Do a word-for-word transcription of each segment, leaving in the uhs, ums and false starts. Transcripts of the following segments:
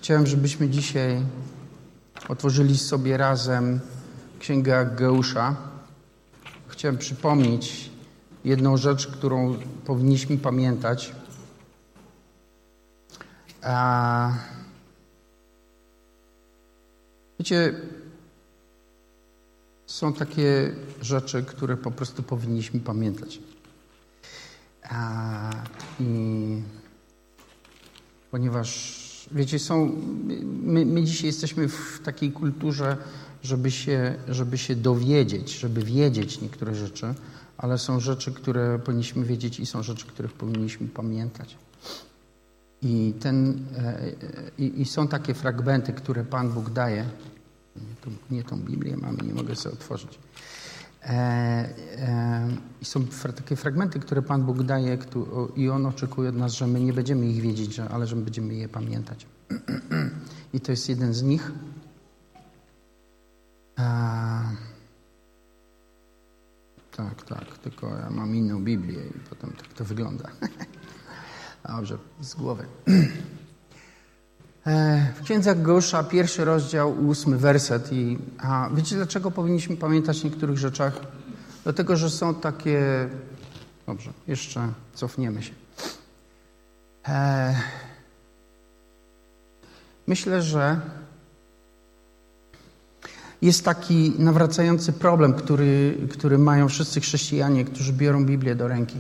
Chciałem, żebyśmy dzisiaj otworzyli sobie razem Księgę Ageusza. Chciałem przypomnieć jedną rzecz, którą powinniśmy pamiętać. A... Wiecie, są takie rzeczy, które po prostu powinniśmy pamiętać. A... I... Ponieważ, wiecie, są... My, my dzisiaj jesteśmy w takiej kulturze, żeby się, żeby się dowiedzieć, żeby wiedzieć niektóre rzeczy, ale są rzeczy, które powinniśmy wiedzieć i są rzeczy, których powinniśmy pamiętać. I, ten, i, i są takie fragmenty, które Pan Bóg daje. Nie, tą, nie tą Biblię mam, nie mogę sobie otworzyć. E, e, I są takie fragmenty, które Pan Bóg daje i On oczekuje od nas, że my nie będziemy ich wiedzieć, że, ale że będziemy je pamiętać. I to jest jeden z nich. A, tak, tak, tylko ja mam inną Biblię i potem tak to wygląda. Dobrze, z głowy. W Księdze Ageusza, pierwszy rozdział, ósmy werset. I, a wiecie, dlaczego powinniśmy pamiętać o niektórych rzeczach? Dlatego, że są takie... Dobrze, jeszcze cofniemy się. E... Myślę, że jest taki nawracający problem, który, który mają wszyscy chrześcijanie, którzy biorą Biblię do ręki.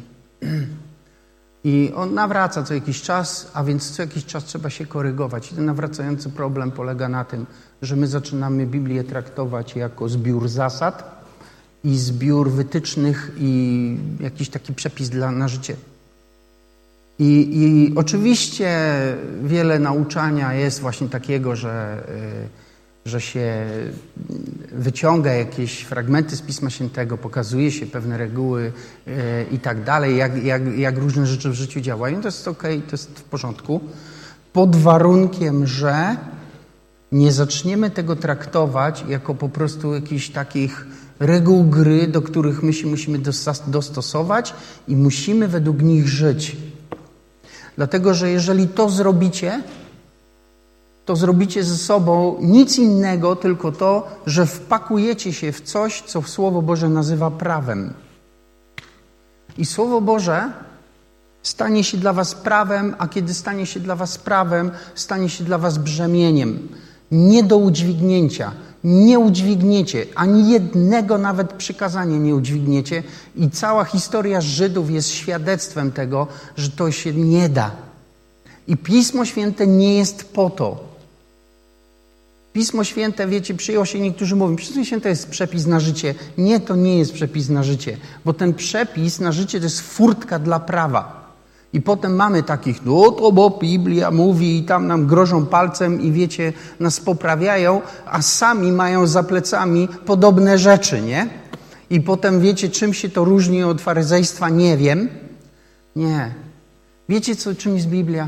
I on nawraca co jakiś czas, a więc co jakiś czas trzeba się korygować. I ten nawracający problem polega na tym, że my zaczynamy Biblię traktować jako zbiór zasad i zbiór wytycznych i jakiś taki przepis dla, na życie. I, I oczywiście wiele nauczania jest właśnie takiego, że... Yy, że się wyciąga jakieś fragmenty z Pisma Świętego, pokazuje się pewne reguły yy, i tak dalej, jak, jak, jak różne rzeczy w życiu działają. To jest okej, to jest w porządku. Pod warunkiem, że nie zaczniemy tego traktować jako po prostu jakichś takich reguł gry, do których my się musimy dostosować i musimy według nich żyć. Dlatego, że jeżeli to zrobicie, to zrobicie ze sobą nic innego, tylko to, że wpakujecie się w coś, co Słowo Boże nazywa prawem. I Słowo Boże stanie się dla was prawem, a kiedy stanie się dla was prawem, stanie się dla was brzemieniem. Nie do udźwignięcia. Nie udźwigniecie. Ani jednego nawet przykazania nie udźwigniecie. I cała historia Żydów jest świadectwem tego, że to się nie da. I Pismo Święte nie jest po to. Pismo Święte, wiecie, przyjęło się, niektórzy mówią, Pismo Święte jest przepis na życie. Nie, to nie jest przepis na życie, bo ten przepis na życie to jest furtka dla prawa. I potem mamy takich, no to bo Biblia mówi i tam nam grożą palcem i wiecie, nas poprawiają, a sami mają za plecami podobne rzeczy, nie? I potem wiecie, czym się to różni od faryzejstwa? Nie wiem. Nie. Wiecie, co, czym jest Biblia?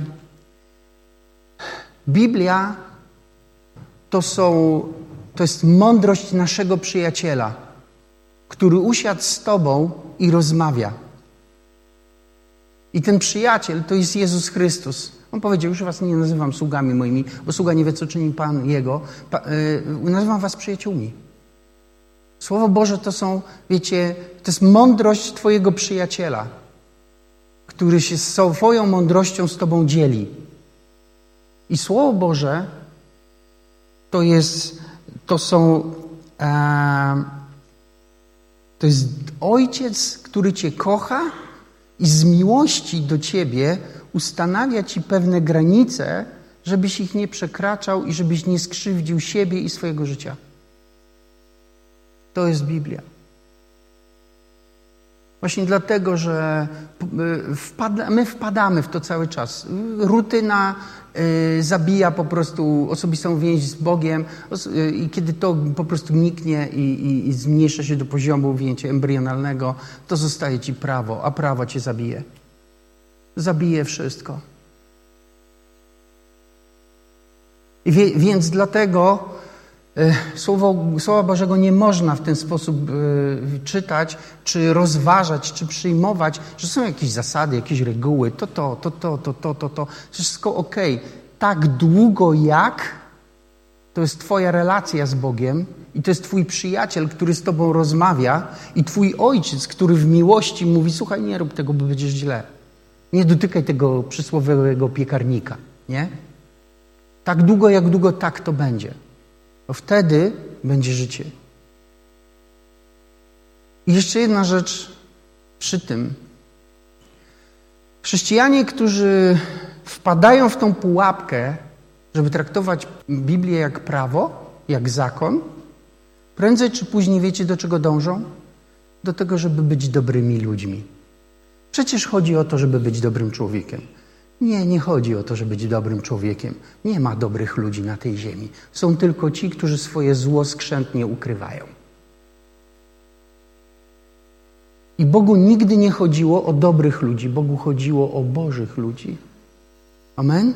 Biblia to są, to jest mądrość naszego przyjaciela, który usiadł z tobą i rozmawia. I ten przyjaciel to jest Jezus Chrystus. On powiedział, już was nie nazywam sługami moimi, bo sługa nie wie, co czyni Pan Jego. Pa, yy, nazywam was przyjaciółmi. Słowo Boże to są, wiecie, to jest mądrość twojego przyjaciela, który się swoją mądrością z tobą dzieli. I Słowo Boże to jest, to są, e, to jest Ojciec, który cię kocha i z miłości do ciebie ustanawia ci pewne granice, żebyś ich nie przekraczał i żebyś nie skrzywdził siebie i swojego życia. To jest Biblia. Właśnie dlatego, że wpada, my wpadamy w to cały czas. Rutyna y, zabija po prostu osobistą więź z Bogiem y, i kiedy to po prostu niknie i, i, i zmniejsza się do poziomu, wiecie, embrionalnego, to zostaje ci prawo, a prawo cię zabije. Zabije wszystko. I wie, więc dlatego Słowo, Słowa Bożego nie można w ten sposób y, czytać, czy rozważać, czy przyjmować, że są jakieś zasady, jakieś reguły, to, to, to, to, to, to, to, to. Wszystko okej. tak długo jak to jest twoja relacja z Bogiem i to jest twój przyjaciel, który z tobą rozmawia i twój ojciec, który w miłości mówi, słuchaj, nie rób tego, bo będziesz źle. Nie dotykaj tego przysłowiowego piekarnika, nie? Tak długo, jak długo tak to będzie. Bo wtedy będzie życie. I jeszcze jedna rzecz przy tym. Chrześcijanie, którzy wpadają w tą pułapkę, żeby traktować Biblię jak prawo, jak zakon, prędzej czy później wiecie, do czego dążą? Do tego, żeby być dobrymi ludźmi. Przecież chodzi o to, żeby być dobrym człowiekiem. Nie, nie chodzi o to, żeby być dobrym człowiekiem. Nie ma dobrych ludzi na tej ziemi. Są tylko ci, którzy swoje zło skrzętnie ukrywają. I Bogu nigdy nie chodziło o dobrych ludzi. Bogu chodziło o Bożych ludzi. Amen?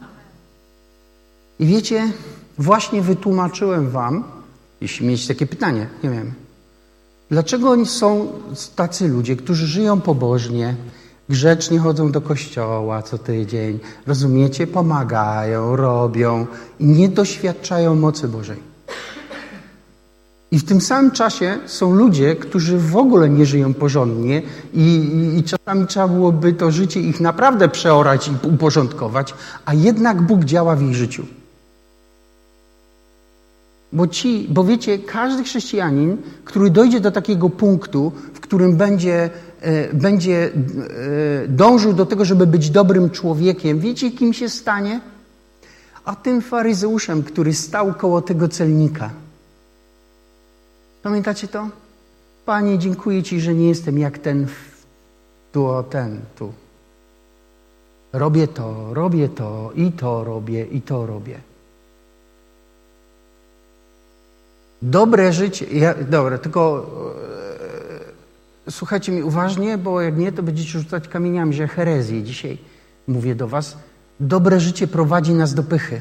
I wiecie, właśnie wytłumaczyłem wam, jeśli mieć takie pytanie, nie wiem, dlaczego są tacy ludzie, którzy żyją pobożnie, grzecznie chodzą do kościoła co tydzień, rozumiecie, pomagają, robią i nie doświadczają mocy Bożej. I w tym samym czasie są ludzie, którzy w ogóle nie żyją porządnie i, i, i czasami trzeba byłoby to życie ich naprawdę przeorać i uporządkować, a jednak Bóg działa w ich życiu. Bo ci, bo wiecie, każdy chrześcijanin, który dojdzie do takiego punktu, w którym będzie, e, będzie e, dążył do tego, żeby być dobrym człowiekiem, wiecie, kim się stanie? A tym faryzeuszem, który stał koło tego celnika. Pamiętacie to? Panie, dziękuję Ci, że nie jestem jak ten tu, o ten tu. Robię to, robię to, i to robię, i to robię. Dobre życie, ja, dobra, tylko e, słuchajcie mi uważnie, bo jak nie, to będziecie rzucać kamieniami, że herezję dzisiaj mówię do was. Dobre życie prowadzi nas do pychy.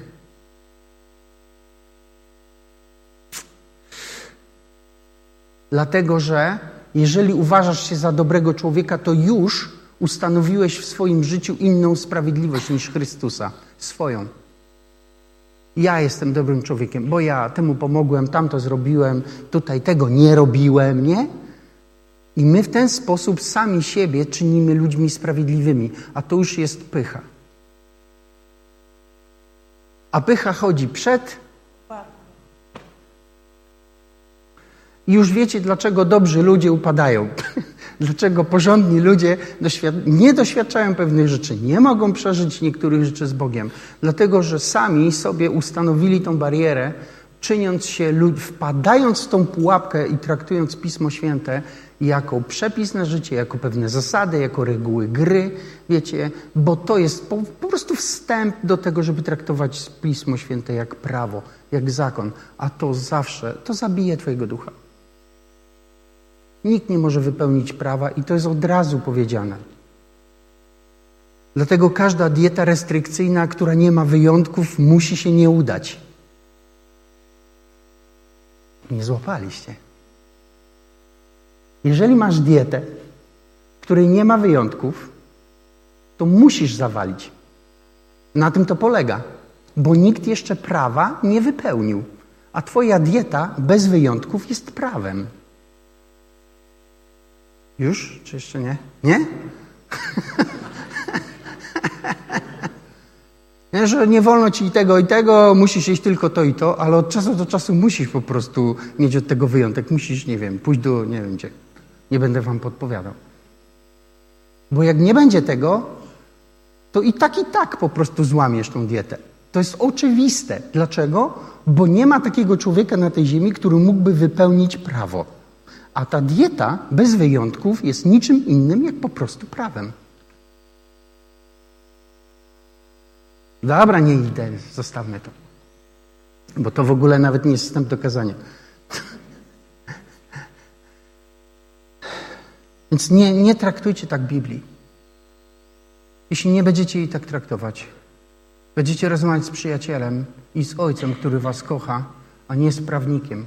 Dlatego, że jeżeli uważasz się za dobrego człowieka, to już ustanowiłeś w swoim życiu inną sprawiedliwość niż Chrystusa. Swoją. Ja jestem dobrym człowiekiem, bo ja temu pomogłem, tamto zrobiłem, tutaj tego nie robiłem, nie? I my w ten sposób sami siebie czynimy ludźmi sprawiedliwymi, a to już jest pycha. A pycha chodzi przed. I już wiecie, dlaczego dobrzy ludzie upadają. Dlaczego porządni ludzie doświad- nie doświadczają pewnych rzeczy, nie mogą przeżyć niektórych rzeczy z Bogiem. Dlatego, że sami sobie ustanowili tą barierę, czyniąc się, lud- wpadając w tą pułapkę i traktując Pismo Święte jako przepis na życie, jako pewne zasady, jako reguły gry, wiecie, bo to jest po, po prostu wstęp do tego, żeby traktować Pismo Święte jak prawo, jak zakon, a to zawsze, to zabije twojego ducha. Nikt nie może wypełnić prawa i to jest od razu powiedziane. Dlatego każda dieta restrykcyjna, która nie ma wyjątków, musi się nie udać. Nie złapaliście. Jeżeli masz dietę, w której nie ma wyjątków, to musisz zawalić. Na tym to polega, bo nikt jeszcze prawa nie wypełnił, a twoja dieta bez wyjątków jest prawem. Już? Czy jeszcze nie? Nie? nie, że nie wolno ci tego i tego, musisz jeść tylko to i to, ale od czasu do czasu musisz po prostu mieć od tego wyjątek. Musisz, nie wiem, pójść do, nie wiem gdzie. Nie będę wam podpowiadał. Bo jak nie będzie tego, to i tak, i tak po prostu złamiesz tą dietę. To jest oczywiste. Dlaczego? Bo nie ma takiego człowieka na tej ziemi, który mógłby wypełnić prawo. A ta dieta bez wyjątków jest niczym innym, jak po prostu prawem. Dobra, nie idę, zostawmy to. Bo to w ogóle nawet nie jest wstęp do kazania. Więc nie, nie traktujcie tak Biblii. Jeśli nie będziecie jej tak traktować, będziecie rozmawiać z przyjacielem i z ojcem, który was kocha, a nie z prawnikiem.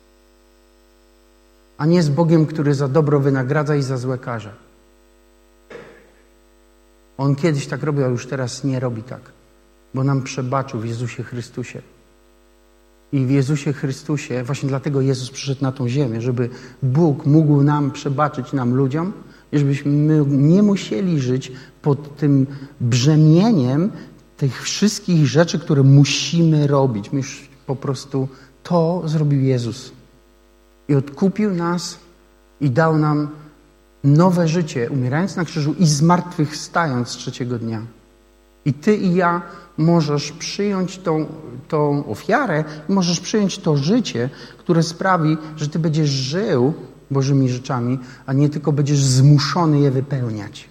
A nie z Bogiem, który za dobro wynagradza i za złe karze. On kiedyś tak robił, a już teraz nie robi tak. bo nam przebaczył w Jezusie Chrystusie. I w Jezusie Chrystusie, właśnie dlatego Jezus przyszedł na tą ziemię, żeby Bóg mógł nam przebaczyć, nam ludziom, i żebyśmy my nie musieli żyć pod tym brzemieniem tych wszystkich rzeczy, które musimy robić. My już po prostu to zrobił Jezus. I odkupił nas i dał nam nowe życie, umierając na krzyżu i zmartwychwstając trzeciego dnia. I ty i ja możesz przyjąć tą, tą ofiarę, możesz przyjąć to życie, które sprawi, że ty będziesz żył Bożymi rzeczami, a nie tylko będziesz zmuszony je wypełniać.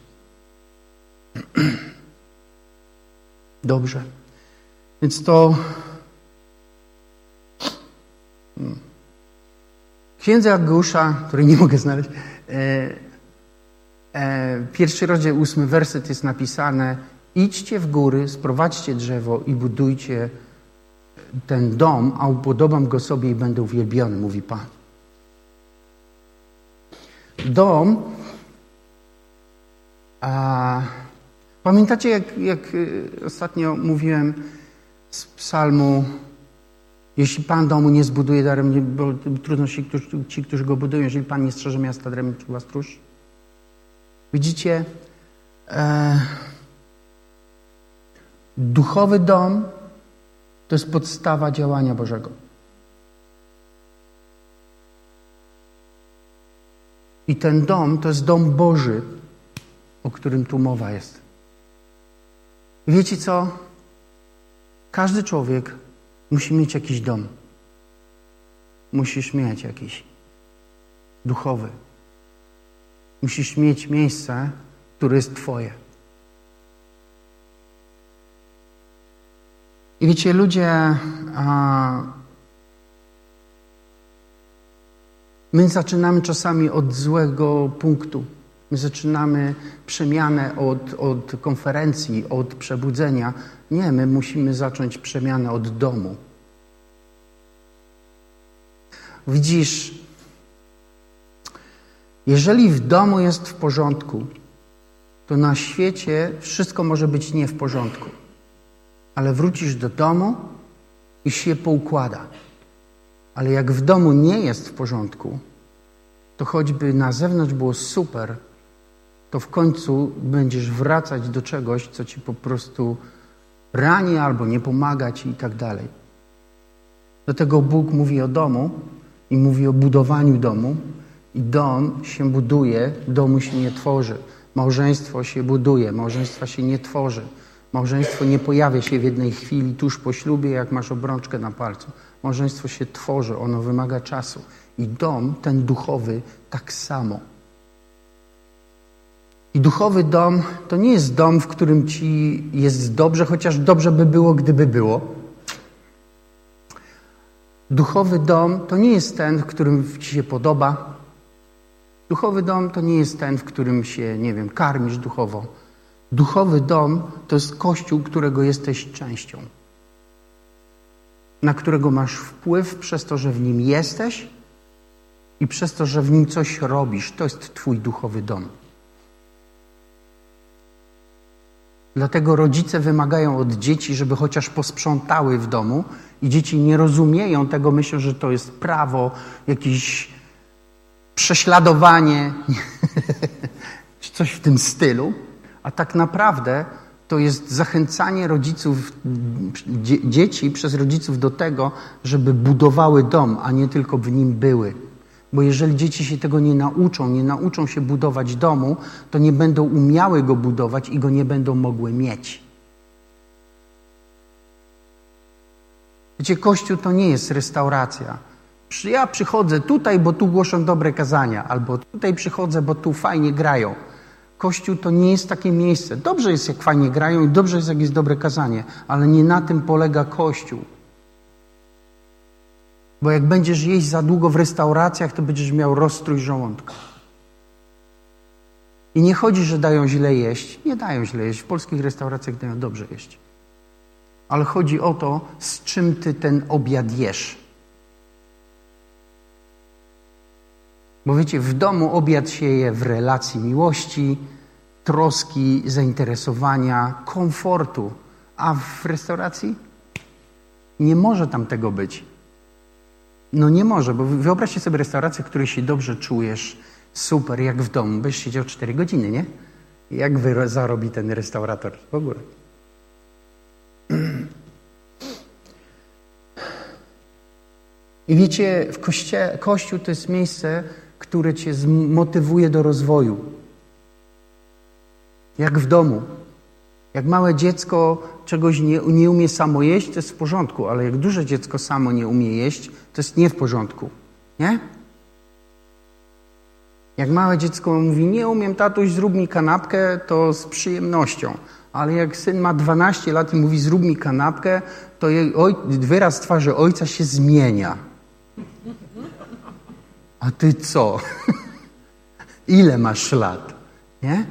Dobrze. Więc to... W Księdze Ageusza, której nie mogę znaleźć, e, e, pierwszy rozdział, ósmy werset jest napisane: idźcie w góry, sprowadźcie drzewo i budujcie ten dom, a upodobam go sobie i będę uwielbiony, mówi Pan. Dom. A, pamiętacie, jak, jak ostatnio mówiłem z psalmu: jeśli Pan domu nie zbuduje, darem, bo trudno się ci, którzy go budują, jeżeli Pan nie strzeże miasta, darem czuwa stróż. Widzicie, e, duchowy dom to jest podstawa działania Bożego. I ten dom to jest dom Boży, o którym tu mowa jest. I wiecie co? Każdy człowiek musi mieć jakiś dom. Musisz mieć jakiś duchowy. Musisz mieć miejsce, które jest twoje. I wiecie, ludzie... A, my zaczynamy czasami od złego punktu. My zaczynamy przemianę od, od konferencji, od przebudzenia. Nie, my musimy zacząć przemianę od domu. Widzisz, jeżeli w domu jest w porządku, to na świecie wszystko może być nie w porządku. Ale wrócisz do domu i się poukłada. Ale jak w domu nie jest w porządku, to choćby na zewnątrz było super, to w końcu będziesz wracać do czegoś, co ci po prostu rani albo nie pomaga ci i tak dalej. Dlatego Bóg mówi o domu i mówi o budowaniu domu. I dom się buduje, domu się nie tworzy. Małżeństwo się buduje, małżeństwa się nie tworzy. Małżeństwo nie pojawia się w jednej chwili tuż po ślubie, jak masz obrączkę na palcu. Małżeństwo się tworzy, ono wymaga czasu. I dom, ten duchowy, tak samo. I duchowy dom to nie jest dom, w którym ci jest dobrze, chociaż dobrze by było, gdyby było. Duchowy dom to nie jest ten, w którym ci się podoba. Duchowy dom to nie jest ten, w którym się, nie wiem, karmisz duchowo. Duchowy dom to jest Kościół, którego jesteś częścią. Na którego masz wpływ przez to, że w nim jesteś i przez to, że w nim coś robisz. To jest twój duchowy dom. Dlatego rodzice wymagają od dzieci, żeby chociaż posprzątały w domu i dzieci nie rozumieją tego, myślą, że to jest prawo, jakieś prześladowanie, czy coś w tym stylu. A tak naprawdę to jest zachęcanie rodziców, dzie- dzieci przez rodziców do tego, żeby budowały dom, a nie tylko w nim były. Bo jeżeli dzieci się tego nie nauczą, nie nauczą się budować domu, to nie będą umiały go budować i go nie będą mogły mieć. Wiecie, Kościół to nie jest restauracja. Ja przychodzę tutaj, bo tu głoszą dobre kazania, albo tutaj przychodzę, bo tu fajnie grają. Kościół to nie jest takie miejsce. Dobrze jest, jak fajnie grają i dobrze jest, jak jest dobre kazanie, ale nie na tym polega Kościół. Bo jak będziesz jeść za długo w restauracjach, to będziesz miał rozstrój żołądka. I nie chodzi, że dają źle jeść. Nie dają źle jeść. W polskich restauracjach dają dobrze jeść. Ale chodzi o to, z czym ty ten obiad jesz. Bo wiecie, w domu obiad się je w relacji miłości, troski, zainteresowania, komfortu. A w restauracji? Nie może tam tego być. No nie może, bo wyobraźcie sobie restaurację, w której się dobrze czujesz, super, jak w domu. Byś siedział cztery godziny, nie? Jak wy zarobi ten restaurator w ogóle? I wiecie, w koście, Kościół to jest miejsce, które cię zmotywuje do rozwoju. Jak w domu. Jak małe dziecko czegoś nie, nie umie samo jeść, to jest w porządku, ale jak duże dziecko samo nie umie jeść, to jest nie w porządku. Nie? Jak małe dziecko mówi, nie umiem, tatuś, zrób mi kanapkę, to z przyjemnością. Ale jak syn ma dwanaście lat i mówi, zrób mi kanapkę, to jej oj, wyraz twarzy ojca się zmienia. A ty co? Ile masz lat? Nie?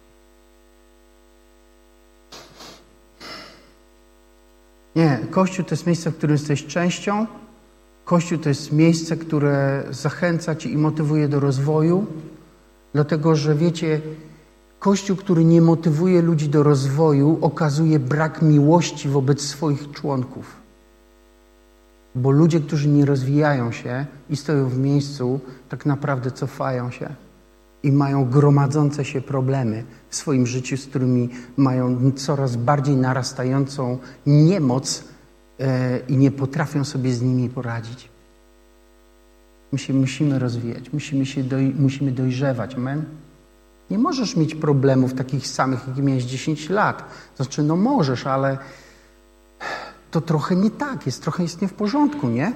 Nie, Kościół to jest miejsce, w którym jesteś częścią. Kościół to jest miejsce, które zachęca cię i motywuje do rozwoju. Dlatego, że wiecie, Kościół, który nie motywuje ludzi do rozwoju, okazuje brak miłości wobec swoich członków. Bo ludzie, którzy nie rozwijają się i stoją w miejscu, tak naprawdę cofają się i mają gromadzące się problemy w swoim życiu, z którymi mają coraz bardziej narastającą niemoc e, i nie potrafią sobie z nimi poradzić. My się musimy rozwijać, musimy, się doj, musimy dojrzewać. Amen? Nie możesz mieć problemów takich samych, jak miałeś dziesięć lat. Znaczy, no możesz, ale to trochę nie tak jest, trochę jest nie w porządku, nie?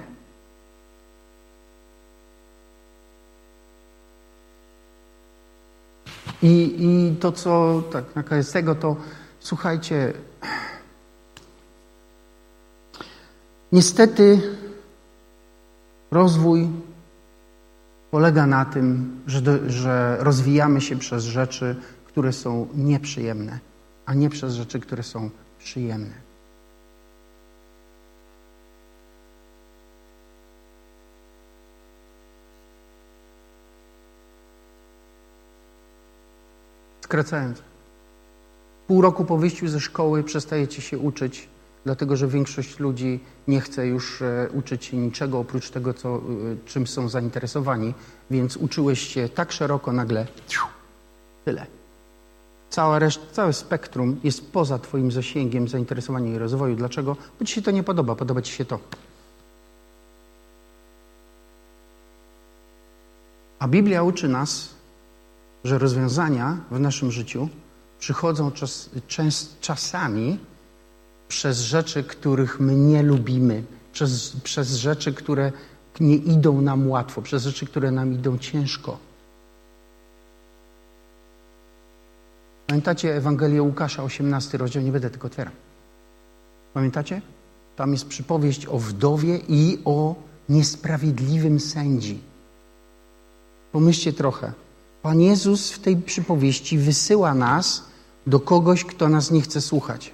I, i to, co tak na koniec tego, to słuchajcie, niestety rozwój polega na tym, że, do, że rozwijamy się przez rzeczy, które są nieprzyjemne, a nie przez rzeczy, które są przyjemne. Skracając, pół roku po wyjściu ze szkoły przestajecie się uczyć, dlatego że większość ludzi nie chce już e, uczyć się niczego oprócz tego, co, e, czym są zainteresowani, więc uczyłeś się tak szeroko nagle, tyle. Cała reszta, całe spektrum jest poza twoim zasięgiem zainteresowania i rozwoju. Dlaczego? Bo ci się to nie podoba, podoba ci się to. A Biblia uczy nas, że rozwiązania w naszym życiu przychodzą czas, czas, czasami przez rzeczy, których my nie lubimy, przez, przez rzeczy, które nie idą nam łatwo, przez rzeczy, które nam idą ciężko. Pamiętacie Ewangelię Łukasza, osiemnasty rozdział? Nie będę tego otwierał. Pamiętacie? Tam jest przypowieść o wdowie i o niesprawiedliwym sędzi. Pomyślcie trochę. Pan Jezus w tej przypowieści wysyła nas do kogoś, kto nas nie chce słuchać.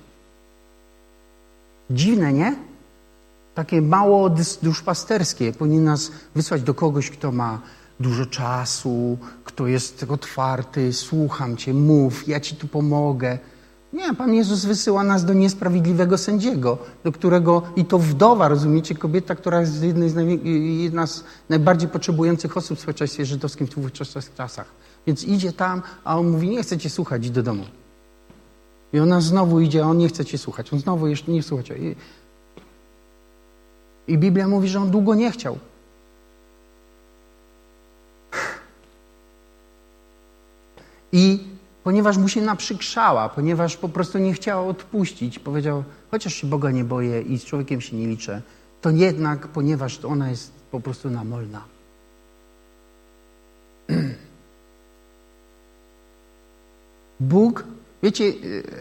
Dziwne, nie? Takie mało duszpasterskie. Powinien nas wysłać do kogoś, kto ma dużo czasu, kto jest otwarty, słucham cię, mów, ja ci tu pomogę. Nie, Pan Jezus wysyła nas do niesprawiedliwego sędziego, do którego, i to wdowa, rozumiecie, kobieta, która jest jednej z najwię- jedna z najbardziej potrzebujących osób w społeczeństwie żydowskim w tych czasach. Więc idzie tam, a on mówi, nie chcę cię słuchać, idź do domu. I ona znowu idzie, a on nie chce cię słuchać. On znowu jeszcze nie słucha cię. I, I Biblia mówi, że on długo nie chciał. I ponieważ mu się naprzykrzała, ponieważ po prostu nie chciała odpuścić, powiedział, chociaż się Boga nie boję i z człowiekiem się nie liczę, to jednak, ponieważ ona jest po prostu namolna. Bóg, wiecie,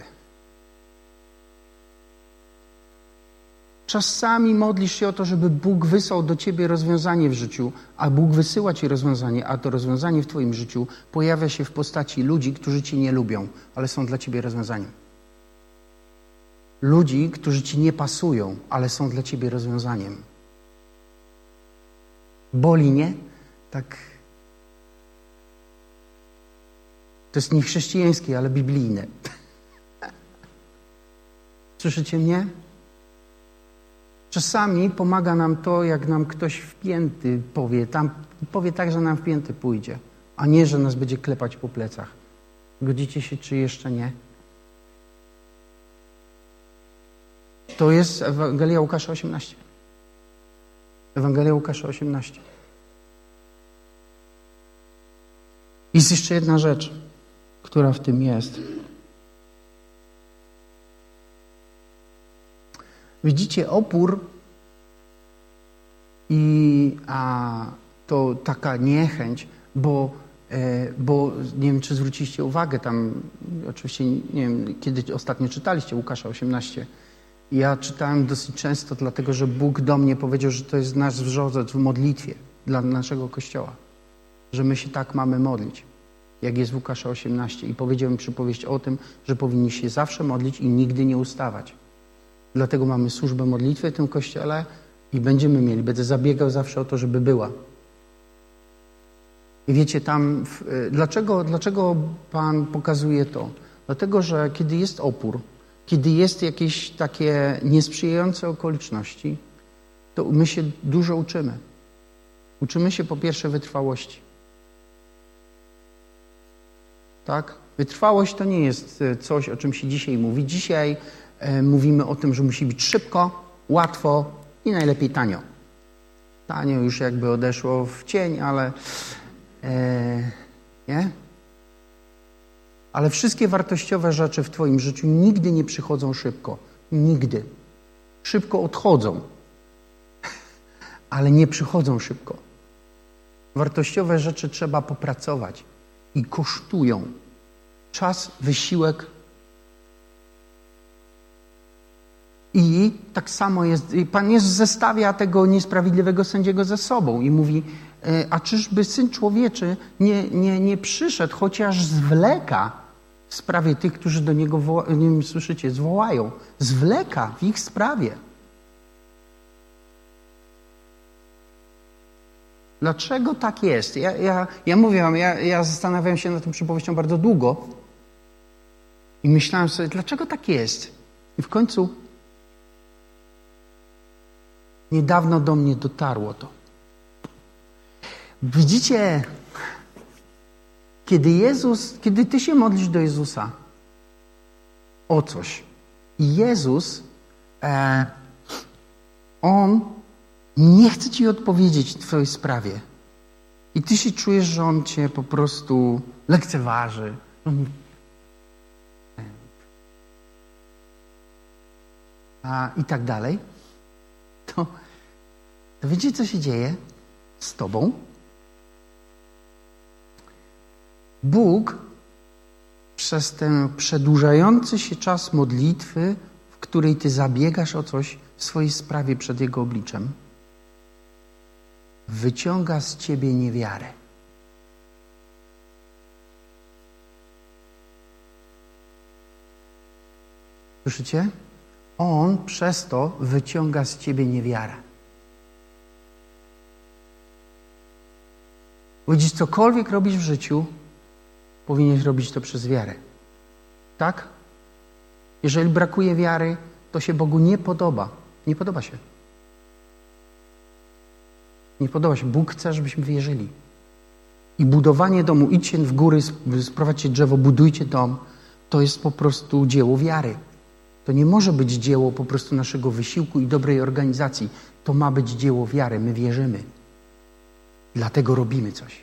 czasami modlisz się o to, żeby Bóg wysłał do ciebie rozwiązanie w życiu, a Bóg wysyła ci rozwiązanie, a to rozwiązanie w twoim życiu pojawia się w postaci ludzi, którzy cię nie lubią, ale są dla ciebie rozwiązaniem. Ludzi, którzy ci nie pasują, ale są dla ciebie rozwiązaniem. Boli, nie? Tak. To jest niechrześcijańskie, ale biblijne. Słyszycie mnie? Czasami pomaga nam to, jak nam ktoś wpięty powie, tam powie tak, że nam wpięty pójdzie, a nie, że nas będzie klepać po plecach. Godzicie się, czy jeszcze nie? To jest Ewangelia Łukasza osiemnaście. Ewangelia Łukasza osiemnaście. Jest jeszcze jedna rzecz, która w tym jest. Widzicie, opór i a, to taka niechęć, bo, e, bo nie wiem, czy zwróciliście uwagę, tam oczywiście nie wiem, kiedy ostatnio czytaliście Łukasza osiemnaście. Ja czytałem dosyć często, dlatego że Bóg do mnie powiedział, że to jest nasz wzorzec w modlitwie dla naszego Kościoła. Że my się tak mamy modlić, jak jest w Łukasza osiemnaście. I powiedział mi przypowieść o tym, że powinni się zawsze modlić i nigdy nie ustawać. Dlatego mamy służbę modlitwy w tym Kościele i będziemy mieli. Będę zabiegał zawsze o to, żeby była. I wiecie, tam... Dlaczego, dlaczego Pan pokazuje to? Dlatego, że kiedy jest opór, kiedy jest jakieś takie niesprzyjające okoliczności, to my się dużo uczymy. Uczymy się po pierwsze wytrwałości. Tak? Wytrwałość to nie jest coś, o czym się dzisiaj mówi. Dzisiaj e, mówimy o tym, że musi być szybko, łatwo i najlepiej tanio. Tanio już jakby odeszło w cień, ale e, nie? Ale wszystkie wartościowe rzeczy w Twoim życiu nigdy nie przychodzą szybko. Nigdy. Szybko odchodzą, ale nie przychodzą szybko. Wartościowe rzeczy trzeba popracować i kosztują czas, wysiłek. I tak samo jest, Pan Jezus zestawia tego niesprawiedliwego sędziego ze sobą i mówi, a czyżby Syn Człowieczy nie, nie, nie przyszedł, chociaż zwleka w sprawie tych, którzy do Niego, woła, nie wiem, słyszycie, zwołają. Zwleka w ich sprawie. Dlaczego tak jest? Ja, ja, ja mówię wam, ja, ja zastanawiałem się nad tą przypowieścią bardzo długo i myślałem sobie, dlaczego tak jest? I w końcu niedawno do mnie dotarło to. Widzicie, kiedy Jezus, kiedy ty się modlisz do Jezusa o coś i Jezus, e, On nie chce ci odpowiedzieć w twojej sprawie i ty się czujesz, że On cię po prostu lekceważy. A, i tak dalej, to, to wiecie, co się dzieje z tobą? Bóg przez ten przedłużający się czas modlitwy, w której ty zabiegasz o coś w swojej sprawie przed Jego obliczem, wyciąga z ciebie niewiarę. Słyszycie? On przez to wyciąga z ciebie niewiarę. Widzisz, cokolwiek robisz w życiu, powinieneś robić to przez wiarę. Tak? Jeżeli brakuje wiary, to się Bogu nie podoba. Nie podoba się. Nie podoba się. Bóg chce, żebyśmy wierzyli. I budowanie domu, idźcie w góry, sprowadźcie drzewo, budujcie dom, to jest po prostu dzieło wiary. To nie może być dzieło po prostu naszego wysiłku i dobrej organizacji. To ma być dzieło wiary. My wierzymy. Dlatego robimy coś.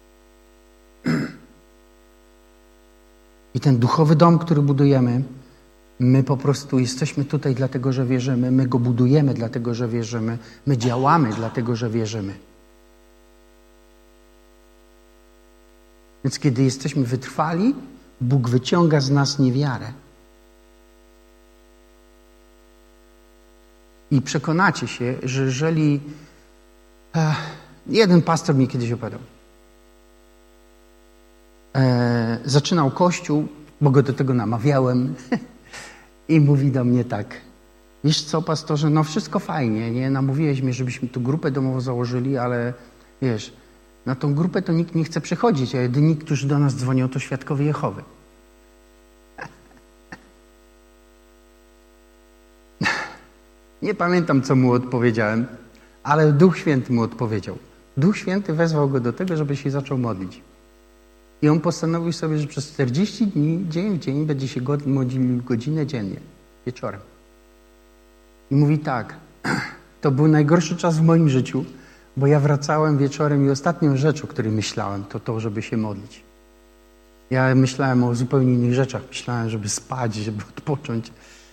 I ten duchowy dom, który budujemy, my po prostu jesteśmy tutaj dlatego, że wierzymy. My go budujemy dlatego, że wierzymy. My działamy dlatego, że wierzymy. Więc kiedy jesteśmy wytrwali, Bóg wyciąga z nas niewiarę. I przekonacie się, że jeżeli... Ech, jeden pastor mi kiedyś opowiadał. E, zaczynał kościół, bo go do tego namawiałem i mówi do mnie tak: wiesz co, pastorze, no wszystko fajnie, nie? Namówiłeś mnie, żebyśmy tu grupę domową założyli, ale wiesz, na tą grupę to nikt nie chce przychodzić, a jedyni, którzy do nas dzwonią, to świadkowie Jehowy. Nie pamiętam, co mu odpowiedziałem, ale Duch Święty mu odpowiedział. Duch Święty wezwał go do tego, żeby się zaczął modlić. I on postanowił sobie, że przez czterdzieści dni, dzień w dzień, będzie się modlił godzinę dziennie, wieczorem. I mówi tak, to był najgorszy czas w moim życiu, bo ja wracałem wieczorem i ostatnią rzeczą, o której myślałem, to to, żeby się modlić. Ja myślałem o zupełnie innych rzeczach. Myślałem, żeby spać, żeby odpocząć.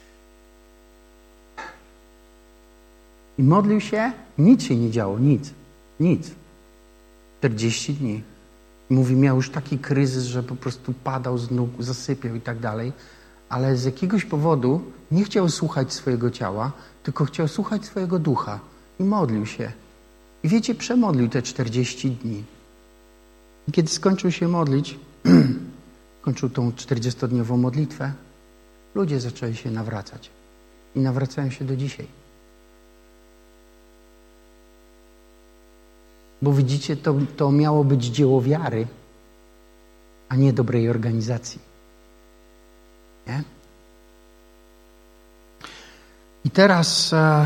I modlił się, nic się nie działo, nic, nic. czterdzieści dni. Mówi, miał już taki kryzys, że po prostu padał z nóg, zasypiał i tak dalej, ale z jakiegoś powodu nie chciał słuchać swojego ciała, tylko chciał słuchać swojego ducha i modlił się. I wiecie, przemodlił te czterdzieści dni. I kiedy skończył się modlić, kończył tą czterdziestodniową modlitwę, ludzie zaczęli się nawracać. I nawracają się do dzisiaj. Bo widzicie, to, to miało być dzieło wiary, a nie dobrej organizacji. Nie? I teraz e,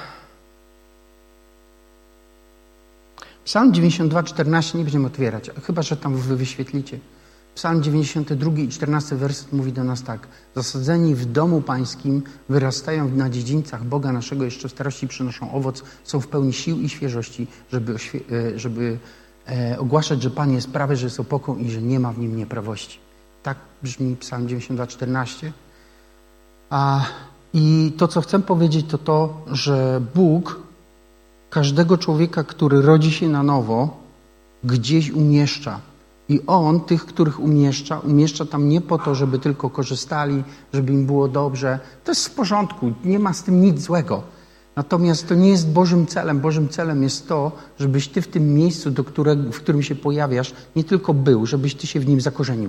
Psalm dziewięćdziesiąt dwa, czternaście nie będziemy otwierać, chyba że tam wy wyświetlicie. Psalm dziewięćdziesiąty drugi i czternasty werset mówi do nas tak. Zasadzeni w domu pańskim, wyrastają na dziedzińcach Boga naszego, jeszcze w starości przynoszą owoc, są w pełni sił i świeżości, żeby, oświe- żeby e, ogłaszać, że Pan jest prawy, że jest opoką i że nie ma w nim nieprawości. Tak brzmi Psalm dziewięćdziesiąt dwa, czternaście. A, I to, co chcę powiedzieć, to to, że Bóg każdego człowieka, który rodzi się na nowo, gdzieś umieszcza. I On tych, których umieszcza, umieszcza tam nie po to, żeby tylko korzystali, żeby im było dobrze. To jest w porządku, nie ma z tym nic złego. Natomiast to nie jest Bożym celem. Bożym celem jest to, żebyś ty w tym miejscu, do którego, w którym się pojawiasz, nie tylko był, żebyś ty się w nim zakorzenił.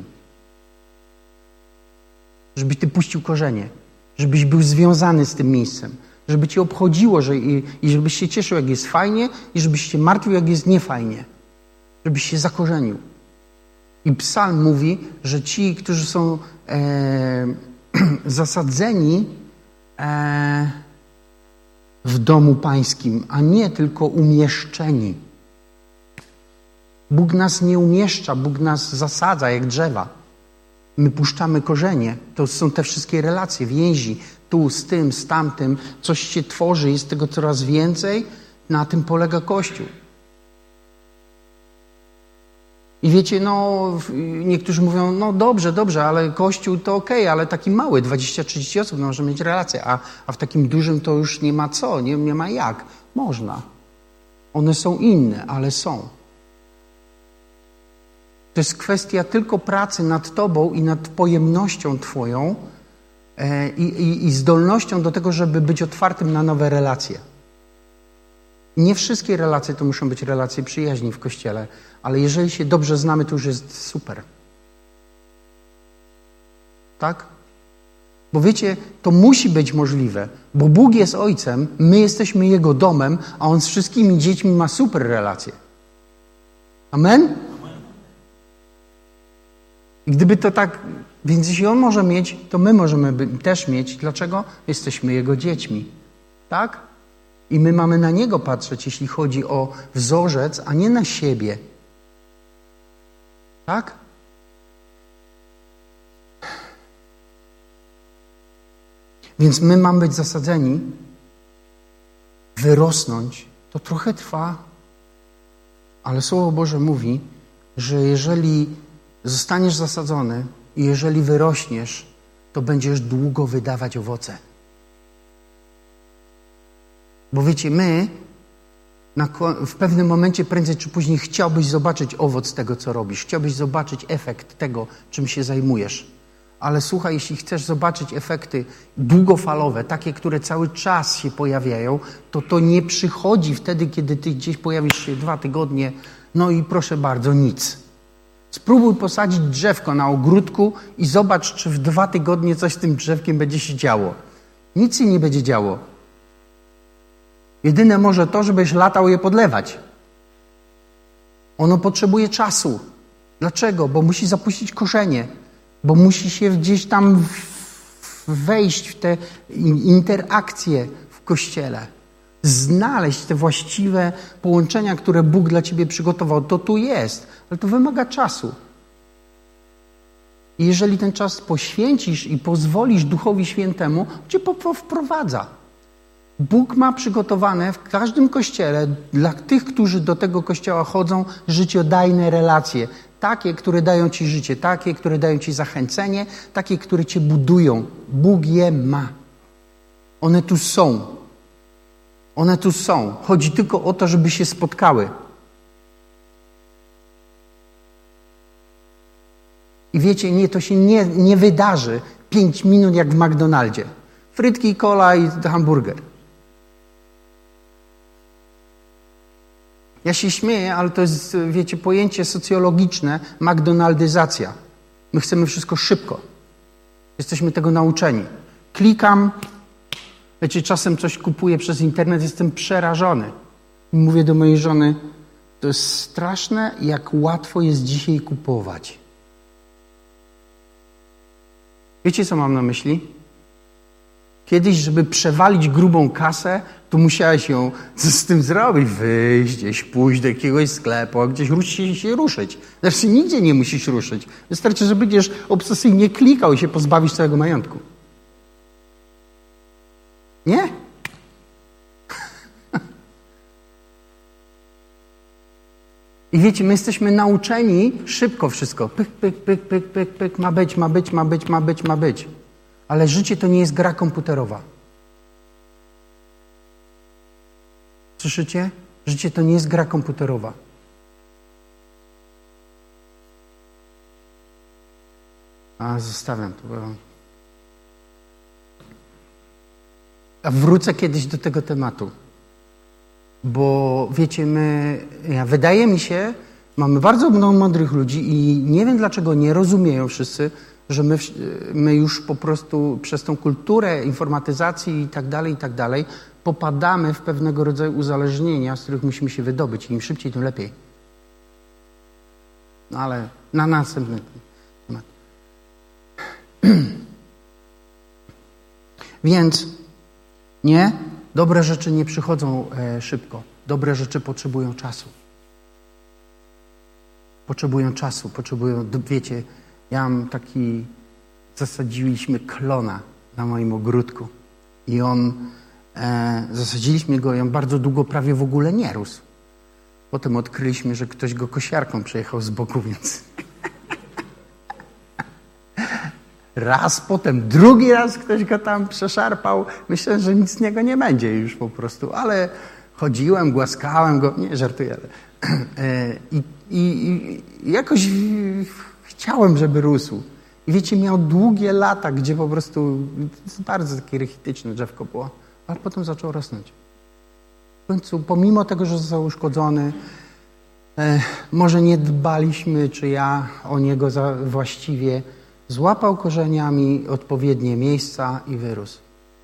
Żebyś ty puścił korzenie. Żebyś był związany z tym miejscem. Żeby cię obchodziło że i, i żebyś się cieszył, jak jest fajnie i żebyś się martwił, jak jest niefajnie. Żebyś się zakorzenił. I Psalm mówi, że ci, którzy są e, zasadzeni e, w domu pańskim, a nie tylko umieszczeni. Bóg nas nie umieszcza, Bóg nas zasadza jak drzewa. My puszczamy korzenie. To są te wszystkie relacje, więzi. Tu, z tym, z tamtym. Coś się tworzy, jest tego coraz więcej. Na tym polega Kościół. I wiecie, no, niektórzy mówią, no dobrze, dobrze, ale Kościół to okej, okay, ale taki mały, dwadzieścia trzydzieści osób, no, może mieć relację, a, a w takim dużym to już nie ma co, nie, nie ma jak. Można. One są inne, ale są. To jest kwestia tylko pracy nad tobą i nad pojemnością twoją e, i, i zdolnością do tego, żeby być otwartym na nowe relacje. Nie wszystkie relacje to muszą być relacje przyjaźni w Kościele, ale jeżeli się dobrze znamy, to już jest super. Tak? Bo wiecie, to musi być możliwe, bo Bóg jest Ojcem, my jesteśmy Jego domem, a On z wszystkimi dziećmi ma super relacje. Amen? I gdyby to tak, więc jeśli On może mieć, to my możemy też mieć. Dlaczego? Jesteśmy Jego dziećmi. Tak? I my mamy na Niego patrzeć, jeśli chodzi o wzorzec, a nie na siebie. Tak? Więc my mamy być zasadzeni, wyrosnąć. To trochę trwa, ale Słowo Boże mówi, że jeżeli zostaniesz zasadzony i jeżeli wyrośniesz, to będziesz długo wydawać owoce. Bo wiecie, my na, w pewnym momencie prędzej czy później chciałbyś zobaczyć owoc tego, co robisz. Chciałbyś zobaczyć efekt tego, czym się zajmujesz. Ale słuchaj, jeśli chcesz zobaczyć efekty długofalowe, takie, które cały czas się pojawiają, to to nie przychodzi wtedy, kiedy ty gdzieś pojawisz się dwa tygodnie, no i proszę bardzo, nic. Spróbuj posadzić drzewko na ogródku i zobacz, czy w dwa tygodnie coś z tym drzewkiem będzie się działo. Nic się nie będzie działo. Jedyne może to, żebyś latał je podlewać. Ono potrzebuje czasu. Dlaczego? Bo musi zapuścić korzenie. Bo musi się gdzieś tam wejść w te interakcje, Kościele. Znaleźć te właściwe połączenia, które Bóg dla ciebie przygotował. To tu jest, ale to wymaga czasu. I jeżeli ten czas poświęcisz i pozwolisz Duchowi Świętemu, cię wprowadza. Bóg ma przygotowane w każdym kościele dla tych, którzy do tego kościoła chodzą, życiodajne relacje. Takie, które dają ci życie, takie, które dają ci zachęcenie, takie, które cię budują. Bóg je ma. One tu są. One tu są. Chodzi tylko o to, żeby się spotkały. I wiecie, nie, to się nie, nie wydarzy pięć minut jak w McDonaldzie. Frytki, cola i hamburger. Ja się śmieję, ale to jest, wiecie, pojęcie socjologiczne, McDonaldyzacja. My chcemy wszystko szybko. Jesteśmy tego nauczeni. Klikam, wiecie, czasem coś kupuję przez internet, jestem przerażony. I mówię do mojej żony, to jest straszne, jak łatwo jest dzisiaj kupować. Wiecie, co mam na myśli? Kiedyś, żeby przewalić grubą kasę, to musiałeś ją, co z tym zrobić? Wyjść gdzieś, pójść do jakiegoś sklepu, gdzieś ruszyć się ruszyć. Znaczy nigdzie nie musisz ruszyć. Wystarczy, że będziesz obsesyjnie klikał i się pozbawisz całego majątku. Nie? I wiecie, my jesteśmy nauczeni szybko wszystko. Pyk, pyk, pyk, pyk, pyk, pyk, ma być, ma być, ma być, ma być, ma być. Ale życie to nie jest gra komputerowa. Słyszycie? Życie to nie jest gra komputerowa. A, zostawiam to. Bo... A wrócę kiedyś do tego tematu. Bo wiecie, my, ja, wydaje mi się, mamy bardzo mnogo mądrych ludzi i nie wiem, dlaczego nie rozumieją wszyscy, że my, my już po prostu przez tą kulturę informatyzacji i tak dalej, i tak dalej, popadamy w pewnego rodzaju uzależnienia, z których musimy się wydobyć. Im szybciej, tym lepiej. No ale na następny temat. Więc nie, dobre rzeczy nie przychodzą e, szybko. Dobre rzeczy potrzebują czasu. Potrzebują czasu, potrzebują, wiecie, ja mam taki, zasadziliśmy klona na moim ogródku i on, e, zasadziliśmy go i on bardzo długo prawie w ogóle nie rósł. Potem odkryliśmy, że ktoś go kosiarką przejechał z boku, więc raz, potem drugi raz ktoś go tam przeszarpał. Myślę, że nic z niego nie będzie już po prostu, ale chodziłem, głaskałem go, nie żartuję, ale e, i, i, i jakoś chciałem, żeby rósł. I wiecie, miał długie lata, gdzie po prostu bardzo takie rachityczne drzewko było, ale potem zaczął rosnąć. W końcu, pomimo tego, że został uszkodzony, e, może nie dbaliśmy, czy ja o niego za właściwie, złapał korzeniami odpowiednie miejsca i wyrósł.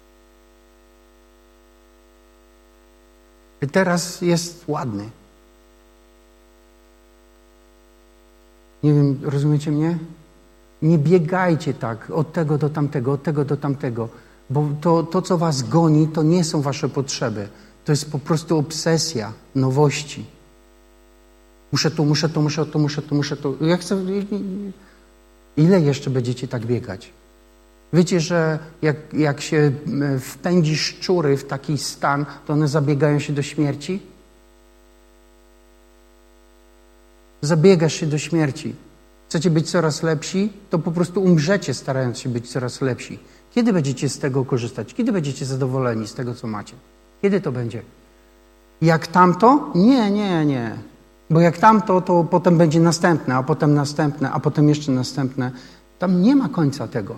I teraz jest ładny. Nie wiem, rozumiecie mnie? Nie biegajcie tak od tego do tamtego, od tego do tamtego, bo to, to, co was goni, to nie są wasze potrzeby. To jest po prostu obsesja nowości. Muszę to, muszę to, muszę to, muszę to, muszę to. Ja chcę... Ile jeszcze będziecie tak biegać? Wiecie, że jak, jak się wpędzi szczury w taki stan, to one zabiegają się do śmierci? Zabiegasz się do śmierci. Chcecie być coraz lepsi, to po prostu umrzecie, starając się być coraz lepsi. Kiedy będziecie z tego korzystać? Kiedy będziecie zadowoleni z tego, co macie? Kiedy to będzie? Jak tamto? Nie, nie, nie. Bo jak tamto, to potem będzie następne, a potem następne, a potem jeszcze następne. Tam nie ma końca tego.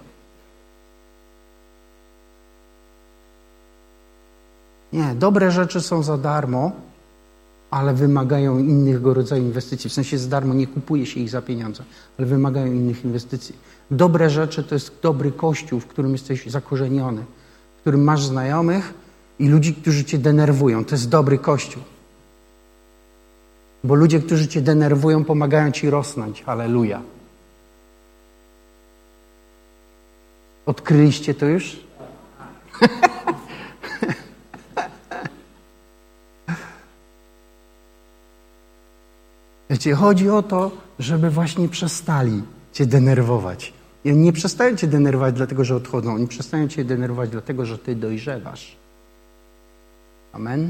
Nie, dobre rzeczy są za darmo, ale wymagają innego rodzaju inwestycji. W sensie za darmo nie kupuje się ich za pieniądze, ale wymagają innych inwestycji. Dobre rzeczy to jest dobry kościół, w którym jesteś zakorzeniony, w którym masz znajomych i ludzi, którzy cię denerwują. To jest dobry kościół. Bo ludzie, którzy cię denerwują, pomagają ci rosnąć. Halleluja. Odkryliście to już? Wiecie, chodzi o to, żeby właśnie przestali cię denerwować. I oni nie przestają cię denerwować dlatego, że odchodzą. Oni przestają cię denerwować dlatego, że ty dojrzewasz. Amen?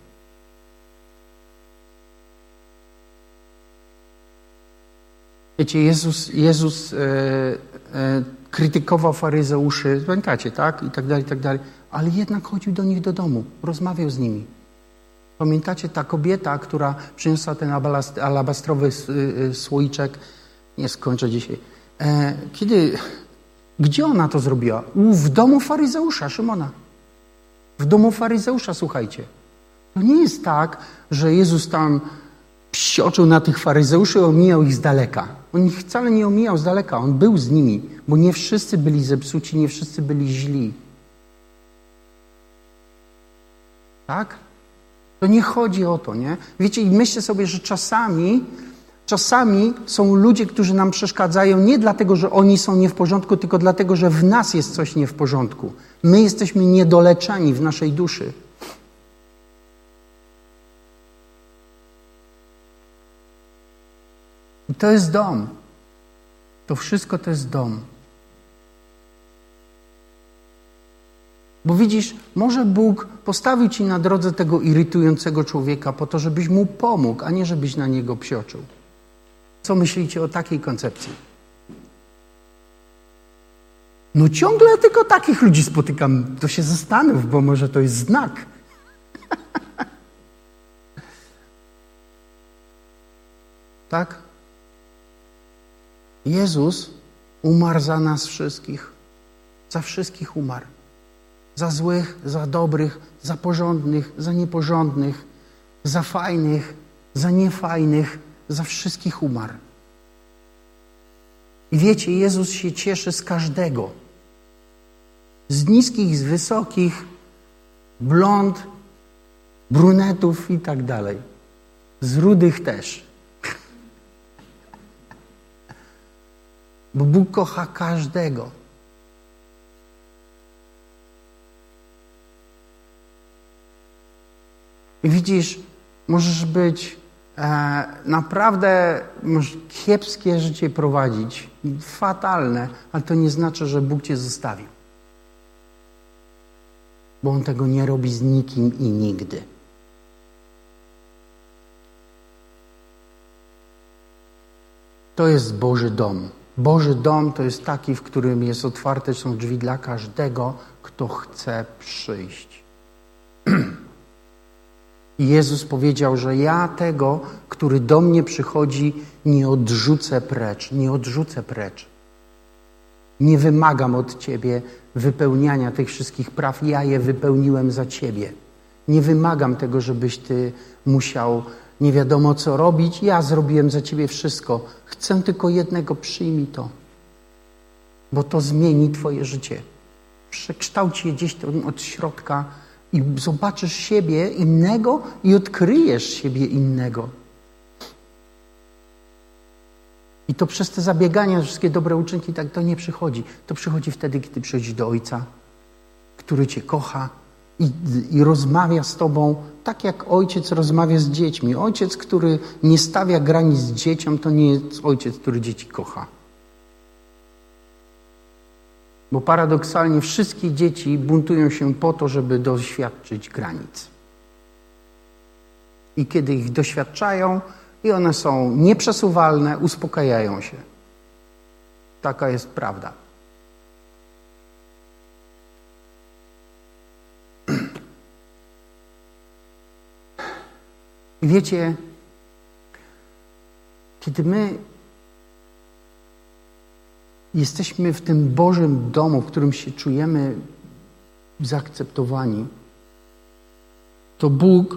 Wiecie, Jezus, Jezus e, e, krytykował faryzeuszy, pamiętacie, tak? I tak dalej, i tak dalej. Ale jednak chodził do nich do domu, rozmawiał z nimi. Pamiętacie, ta kobieta, która przyniosła ten alabastrowy słoiczek, nie skończę dzisiaj, e, kiedy, gdzie ona to zrobiła? W domu faryzeusza, Szymona. W domu faryzeusza, słuchajcie. To nie jest tak, że Jezus tam psioczył na tych faryzeuszy i omijał ich z daleka. On ich wcale nie omijał z daleka, on był z nimi, bo nie wszyscy byli zepsuci, nie wszyscy byli źli. Tak? To nie chodzi o to, nie? Wiecie, i myślę sobie, że czasami, czasami są ludzie, którzy nam przeszkadzają nie dlatego, że oni są nie w porządku, tylko dlatego, że w nas jest coś nie w porządku. My jesteśmy niedoleczeni w naszej duszy. I to jest dom. To wszystko to jest dom. Bo widzisz, może Bóg postawił ci na drodze tego irytującego człowieka po to, żebyś mu pomógł, a nie żebyś na niego psioczył. Co myślicie o takiej koncepcji? No ciągle tylko takich ludzi spotykam. To się zastanów, bo może to jest znak. Tak? Jezus umarł za nas wszystkich. Za wszystkich umarł. Za złych, za dobrych, za porządnych, za nieporządnych, za fajnych, za niefajnych, za wszystkich umarł. I wiecie, Jezus się cieszy z każdego. Z niskich, z wysokich, blond, brunetów i tak dalej. Z rudych też. Bo Bóg kocha każdego. I widzisz, możesz być e, naprawdę możesz kiepskie życie prowadzić, fatalne, ale to nie znaczy, że Bóg cię zostawił. Bo On tego nie robi z nikim i nigdy. To jest Boży dom. Boży dom to jest taki, w którym jest otwarte są drzwi dla każdego, kto chce przyjść. I Jezus powiedział, że ja tego, który do mnie przychodzi, nie odrzucę precz, nie odrzucę precz. Nie wymagam od Ciebie wypełniania tych wszystkich praw, ja je wypełniłem za Ciebie. Nie wymagam tego, żebyś Ty musiał nie wiadomo co robić, ja zrobiłem za Ciebie wszystko. Chcę tylko jednego, przyjmij to. Bo to zmieni Twoje życie. Przekształci je gdzieś tam od środka i zobaczysz siebie innego i odkryjesz siebie innego. I to przez te zabiegania, wszystkie dobre uczynki, tak to nie przychodzi. To przychodzi wtedy, kiedy przychodzisz do Ojca, który Cię kocha i, i rozmawia z Tobą tak, jak ojciec rozmawia z dziećmi. Ojciec, który nie stawia granic dzieciom, to nie jest ojciec, który dzieci kocha. Bo paradoksalnie wszystkie dzieci buntują się po to, żeby doświadczyć granic. I kiedy ich doświadczają i one są nieprzesuwalne, uspokajają się. Taka jest prawda. I wiecie, kiedy my jesteśmy w tym Bożym domu, w którym się czujemy zaakceptowani, to Bóg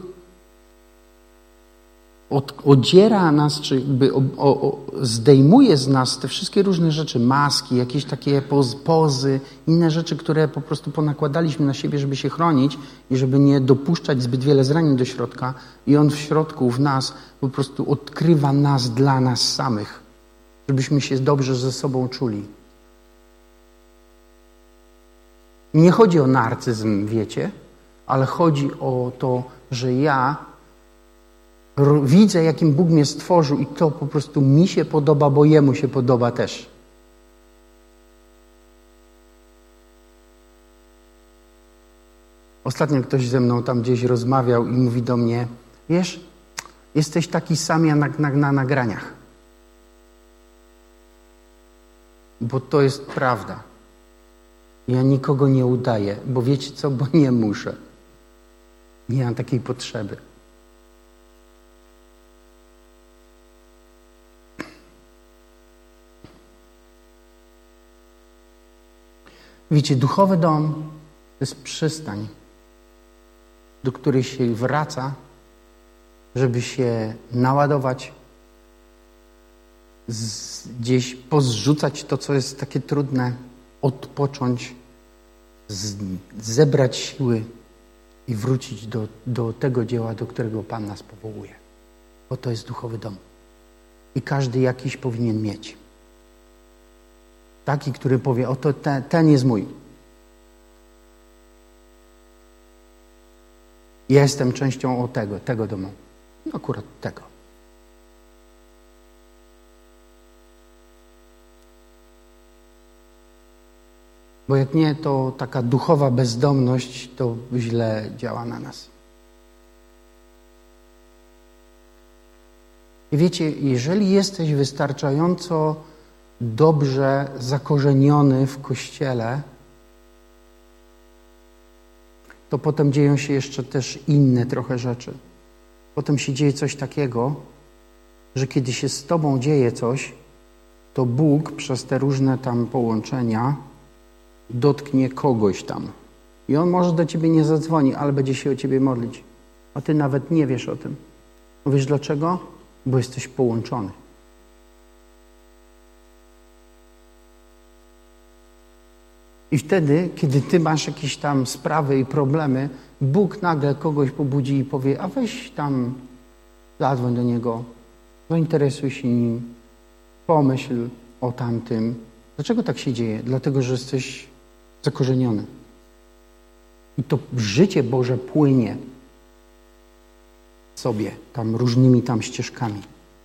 od, odziera nas, czy jakby o, o, o, zdejmuje z nas te wszystkie różne rzeczy, maski, jakieś takie poz, pozy, inne rzeczy, które po prostu ponakładaliśmy na siebie, żeby się chronić i żeby nie dopuszczać zbyt wiele zranień do środka. I On w środku, w nas, po prostu odkrywa nas dla nas samych, żebyśmy się dobrze ze sobą czuli. Nie chodzi o narcyzm, wiecie, ale chodzi o to, że ja Widzę, jakim Bóg mnie stworzył i to po prostu mi się podoba, bo Jemu się podoba też. Ostatnio ktoś ze mną tam gdzieś rozmawiał i mówi do mnie, wiesz, jesteś taki sam jak na, na, na nagraniach. Bo to jest prawda. Ja nikogo nie udaję, bo wiecie co, bo nie muszę. Nie mam takiej potrzeby. Wiecie, duchowy dom to jest przystań, do której się wraca, żeby się naładować, z, gdzieś pozrzucać to, co jest takie trudne, odpocząć, z, zebrać siły i wrócić do, do tego dzieła, do którego Pan nas powołuje. Bo to jest duchowy dom. I każdy jakiś powinien mieć. Taki, który powie, oto ten, ten jest mój. Ja jestem częścią o tego, tego domu. No akurat tego. Bo jak nie, to taka duchowa bezdomność to źle działa na nas. I wiecie, jeżeli jesteś wystarczająco dobrze zakorzeniony w Kościele, to potem dzieją się jeszcze też inne trochę rzeczy. Potem się dzieje coś takiego, że kiedy się z tobą dzieje coś, to Bóg przez te różne tam połączenia dotknie kogoś tam. I On może do ciebie nie zadzwoni, ale będzie się o ciebie modlić. A ty nawet nie wiesz o tym. Wiesz dlaczego? Bo jesteś połączony. I wtedy, kiedy ty masz jakieś tam sprawy i problemy, Bóg nagle kogoś pobudzi i powie, a weź tam, zadzwoń do Niego, zainteresuj się Nim, pomyśl o tamtym. Dlaczego tak się dzieje? Dlatego, że jesteś zakorzeniony. I to życie Boże płynie sobie tam różnymi tam ścieżkami.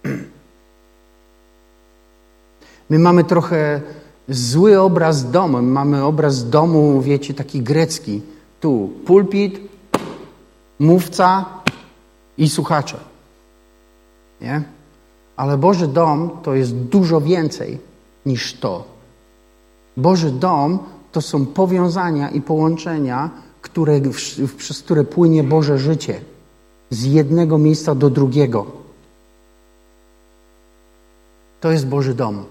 My mamy trochę zły obraz domu. Mamy obraz domu, wiecie, taki grecki. Tu pulpit, mówca i słuchacze. Nie? Ale Boży dom to jest dużo więcej niż to. Boży dom to są powiązania i połączenia, które, przez które płynie Boże życie. Z jednego miejsca do drugiego. To jest Boży dom.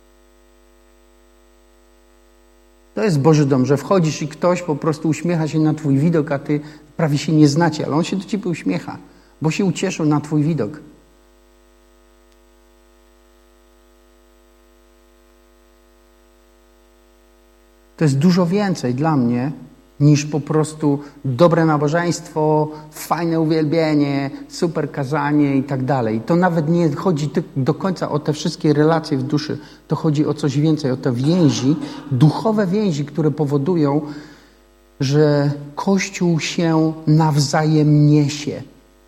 To jest Boży dom, że wchodzisz i ktoś po prostu uśmiecha się na twój widok, a ty prawie się nie znacie, ale on się do ciebie uśmiecha, bo się ucieszył na twój widok. To jest dużo więcej dla mnie niż po prostu dobre nabożeństwo, fajne uwielbienie, super kazanie i tak dalej. To nawet nie chodzi do końca o te wszystkie relacje w duszy. To chodzi o coś więcej, o te więzi, duchowe więzi, które powodują, że Kościół się nawzajem niesie.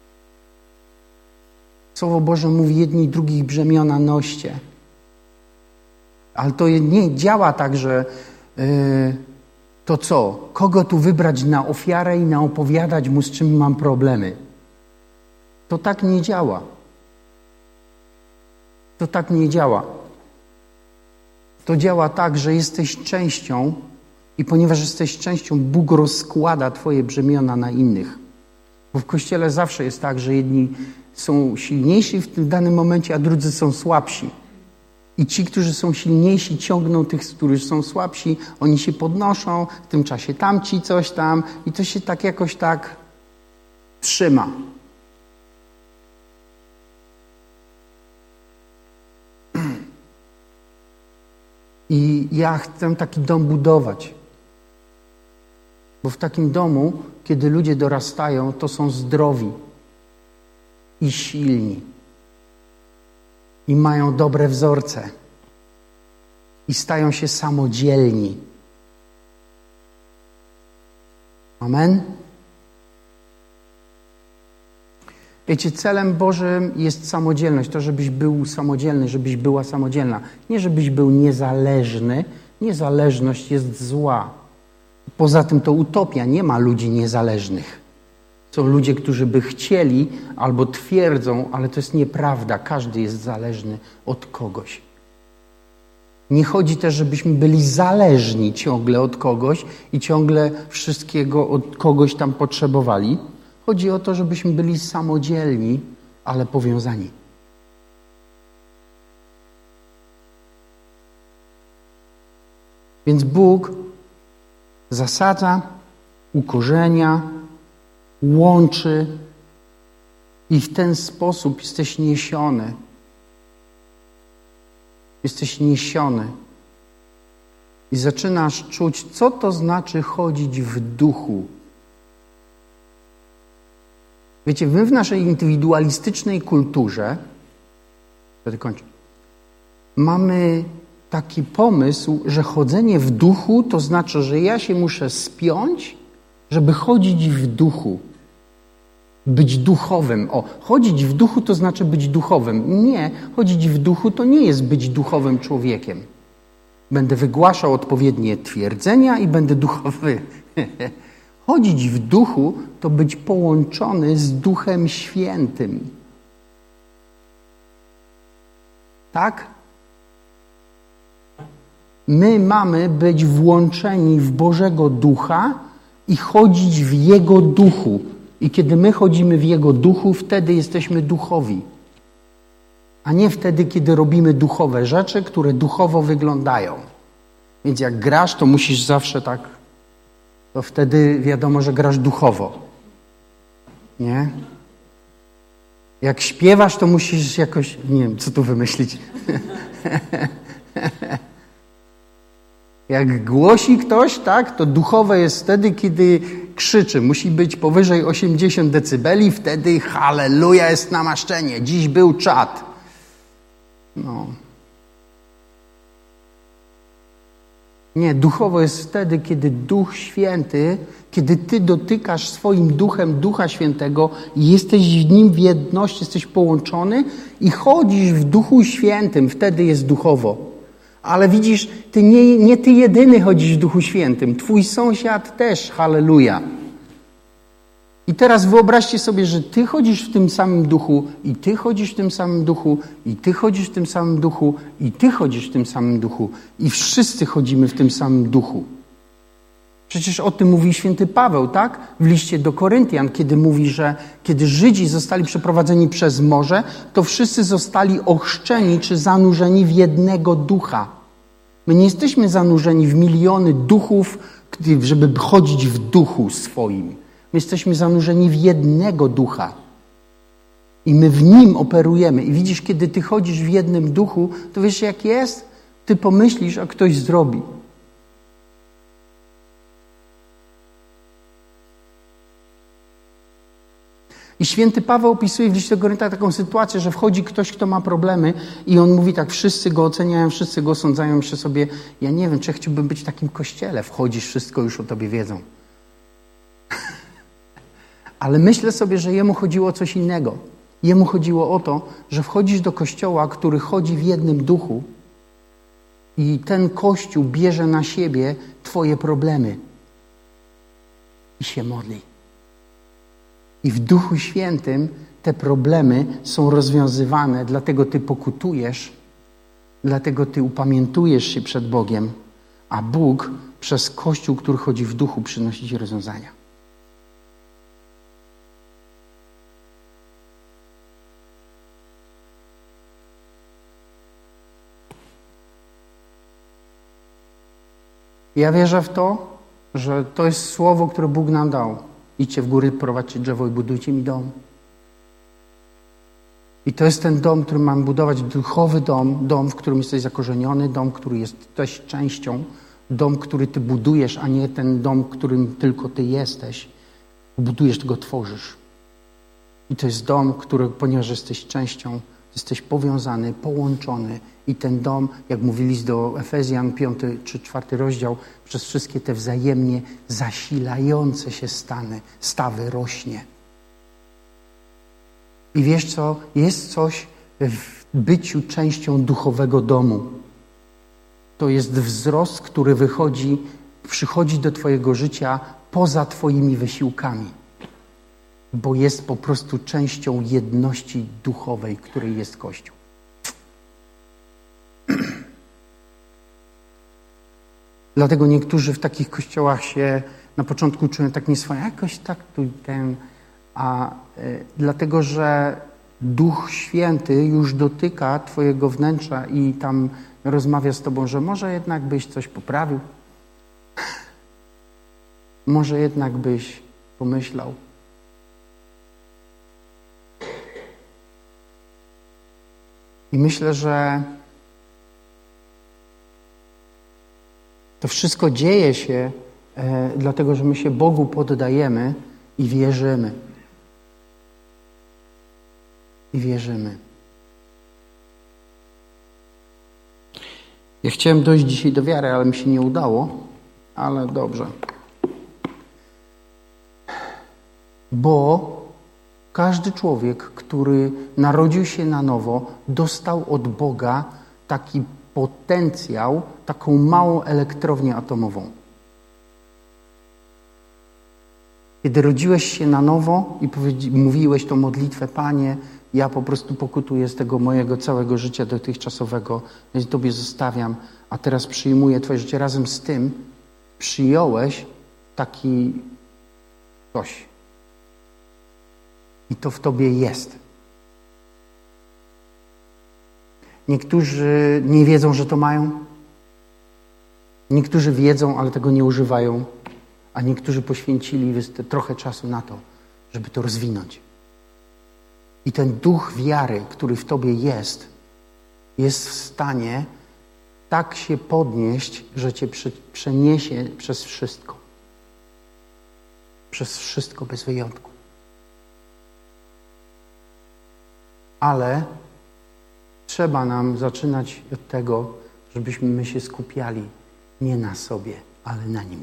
Słowo Boże mówi, jedni drugich brzemiona noście. Ale to nie działa tak, że yy, to co? Kogo tu wybrać na ofiarę i na opowiadać mu, z czym mam problemy? To tak nie działa. To tak nie działa. To działa tak, że jesteś częścią i ponieważ jesteś częścią, Bóg rozkłada twoje brzemiona na innych. Bo w Kościele zawsze jest tak, że jedni są silniejsi w tym danym momencie, a drudzy są słabsi. I ci, którzy są silniejsi, ciągną tych, którzy są słabsi, oni się podnoszą, w tym czasie tamci coś tam i to się tak jakoś tak trzyma. I ja chcę taki dom budować. Bo w takim domu, kiedy ludzie dorastają, to są zdrowi i silni. I mają dobre wzorce. I stają się samodzielni. Amen? Wiecie, celem Bożym jest samodzielność. To, żebyś był samodzielny, żebyś była samodzielna. Nie, żebyś był niezależny. Niezależność jest zła. Poza tym to utopia. Nie ma ludzi niezależnych. Są ludzie, którzy by chcieli albo twierdzą, ale to jest nieprawda. Każdy jest zależny od kogoś. Nie chodzi też, żebyśmy byli zależni ciągle od kogoś i ciągle wszystkiego od kogoś tam potrzebowali. Chodzi o to, żebyśmy byli samodzielni, ale powiązani. Więc Bóg zasadza, ukorzenia, łączy i w ten sposób jesteś niesiony. Jesteś niesiony. I zaczynasz czuć, co to znaczy chodzić w duchu. Wiecie, my w naszej indywidualistycznej kulturze, wtedy kończę, mamy taki pomysł, że chodzenie w duchu to znaczy, że ja się muszę spiąć, żeby chodzić w duchu. Być duchowym. O, chodzić w duchu to znaczy być duchowym. Nie, chodzić w duchu to nie jest być duchowym człowiekiem. Będę wygłaszał odpowiednie twierdzenia i będę duchowy. Chodzić w duchu to być połączony z Duchem Świętym. Tak? My mamy być włączeni w Bożego Ducha i chodzić w Jego duchu. I kiedy my chodzimy w Jego duchu, wtedy jesteśmy duchowi. A nie wtedy, kiedy robimy duchowe rzeczy, które duchowo wyglądają. Więc jak grasz, to musisz zawsze tak, to wtedy wiadomo, że grasz duchowo. Nie? Jak śpiewasz, to musisz jakoś, nie wiem, co tu wymyślić. Jak głosi ktoś, tak, to duchowe jest wtedy, kiedy krzyczy. Musi być powyżej osiemdziesiąt decybeli, wtedy halleluja, jest namaszczenie. Dziś był czad. No. Nie, duchowo jest wtedy, kiedy Duch Święty, kiedy Ty dotykasz swoim duchem Ducha Świętego i jesteś w Nim w jedności, jesteś połączony i chodzisz w Duchu Świętym, wtedy jest duchowo. Ale widzisz, ty nie, nie Ty jedyny chodzisz w Duchu Świętym. Twój sąsiad też, halleluja. I teraz wyobraźcie sobie, że Ty chodzisz w tym samym duchu i Ty chodzisz w tym samym duchu i Ty chodzisz w tym samym duchu i Ty chodzisz w tym samym duchu i wszyscy chodzimy w tym samym duchu. Przecież o tym mówi święty Paweł, tak? W liście do Koryntian, kiedy mówi, że kiedy Żydzi zostali przeprowadzeni przez morze, to wszyscy zostali ochrzczeni czy zanurzeni w jednego ducha. My nie jesteśmy zanurzeni w miliony duchów, żeby chodzić w duchu swoim. My jesteśmy zanurzeni w jednego ducha. I my w nim operujemy. I widzisz, kiedy ty chodzisz w jednym duchu, to wiesz jak jest? Ty pomyślisz, a ktoś zrobi. I święty Paweł opisuje w liście do Koryntian taką sytuację, że wchodzi ktoś, kto ma problemy i on mówi tak, wszyscy go oceniają, wszyscy go osądzają, myślę sobie, ja nie wiem, czy chciałbym być w takim kościele, wchodzisz, wszystko już o tobie wiedzą. Ale myślę sobie, że jemu chodziło o coś innego. Jemu chodziło o to, że wchodzisz do kościoła, który chodzi w jednym duchu i ten kościół bierze na siebie twoje problemy i się modli. I w Duchu Świętym te problemy są rozwiązywane, dlatego ty pokutujesz, dlatego ty upamiętujesz się przed Bogiem, a Bóg przez Kościół, który chodzi w duchu, przynosi ci rozwiązania. Ja wierzę w to, że to jest słowo, które Bóg nam dał. Idźcie w góry, prowadźcie drzewo i budujcie mi dom. I to jest ten dom, który mam budować, duchowy dom, dom, w którym jesteś zakorzeniony, dom, który jest też częścią, dom, który ty budujesz, a nie ten dom, którym tylko ty jesteś. Budujesz, ty go tworzysz. I to jest dom, który, ponieważ jesteś częścią, jesteś powiązany, połączony i ten dom, jak mówi list do Efezjan, piąty czy czwarty rozdział, przez wszystkie te wzajemnie zasilające się stany, stawy rośnie. I wiesz co? Jest coś w byciu częścią duchowego domu. To jest wzrost, który wychodzi, przychodzi do twojego życia poza twoimi wysiłkami. Bo jest po prostu częścią jedności duchowej, której jest Kościół. Dlatego niektórzy w takich kościołach się na początku czują tak nieswoje, jakoś tak tu ten, a y, dlatego, że Duch Święty już dotyka twojego wnętrza i tam rozmawia z tobą, że może jednak byś coś poprawił, może jednak byś pomyślał. I myślę, że to wszystko dzieje się e, dlatego, że my się Bogu poddajemy i wierzymy. I wierzymy. Ja chciałem dojść dzisiaj do wiary, ale mi się nie udało. Ale dobrze. Bo każdy człowiek, który narodził się na nowo, dostał od Boga taki potencjał, taką małą elektrownię atomową. Kiedy rodziłeś się na nowo i mówiłeś tą modlitwę, Panie, ja po prostu pokutuję z tego mojego całego życia dotychczasowego, więc Tobie zostawiam, a teraz przyjmuję Twoje życie. Razem z tym przyjąłeś taki coś. I to w Tobie jest. Niektórzy nie wiedzą, że to mają. Niektórzy wiedzą, ale tego nie używają. A niektórzy poświęcili trochę czasu na to, żeby to rozwinąć. I ten duch wiary, który w Tobie jest, jest w stanie tak się podnieść, że Cię przeniesie przez wszystko. Przez wszystko bez wyjątku. Ale trzeba nam zaczynać od tego, żebyśmy my się skupiali nie na sobie, ale na Nim.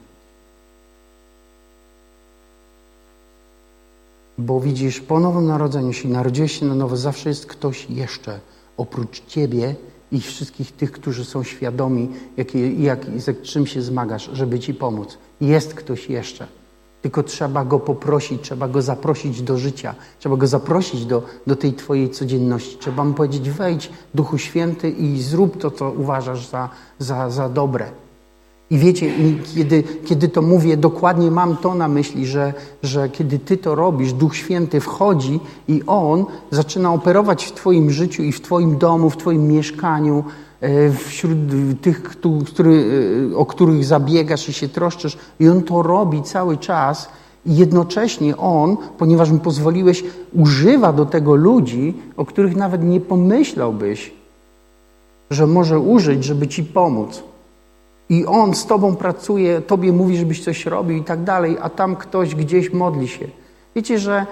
Bo widzisz, po nowym narodzeniu, jeśli narodziłeś się na nowo, zawsze jest ktoś jeszcze oprócz Ciebie i wszystkich tych, którzy są świadomi, jak, jak, z czym się zmagasz, żeby Ci pomóc. Jest ktoś jeszcze. Tylko trzeba Go poprosić, trzeba Go zaprosić do życia, trzeba Go zaprosić do, do tej Twojej codzienności. Trzeba Mu powiedzieć, wejdź, Duchu Święty, i zrób to, co uważasz za, za, za dobre. I wiecie, kiedy, kiedy to mówię, dokładnie mam to na myśli, że, że kiedy Ty to robisz, Duch Święty wchodzi i On zaczyna operować w Twoim życiu i w Twoim domu, w Twoim mieszkaniu, wśród tych, który, o których zabiegasz i się troszczysz. I On to robi cały czas i jednocześnie On, ponieważ Mu pozwoliłeś, używa do tego ludzi, o których nawet nie pomyślałbyś, że może użyć, żeby Ci pomóc. I On z Tobą pracuje, Tobie mówi, żebyś coś robił i tak dalej, a tam ktoś gdzieś modli się. Wiecie, że...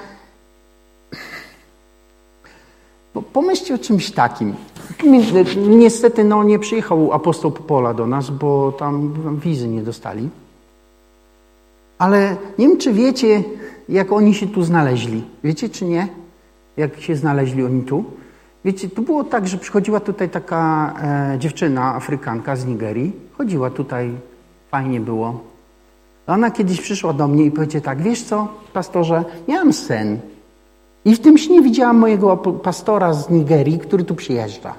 Pomyślcie o czymś takim. Niestety no, nie przyjechał apostoł Popola do nas, bo tam wizy nie dostali. Ale nie wiem, czy wiecie, jak oni się tu znaleźli. Wiecie, czy nie? Jak się znaleźli oni tu? Wiecie, to było tak, że przychodziła tutaj taka e, dziewczyna, Afrykanka z Nigerii. Chodziła tutaj, fajnie było. Ona kiedyś przyszła do mnie i powiedziała tak, wiesz co, pastorze, miałam sen. I w tym śnie widziałam mojego pastora z Nigerii, który tu przyjeżdża.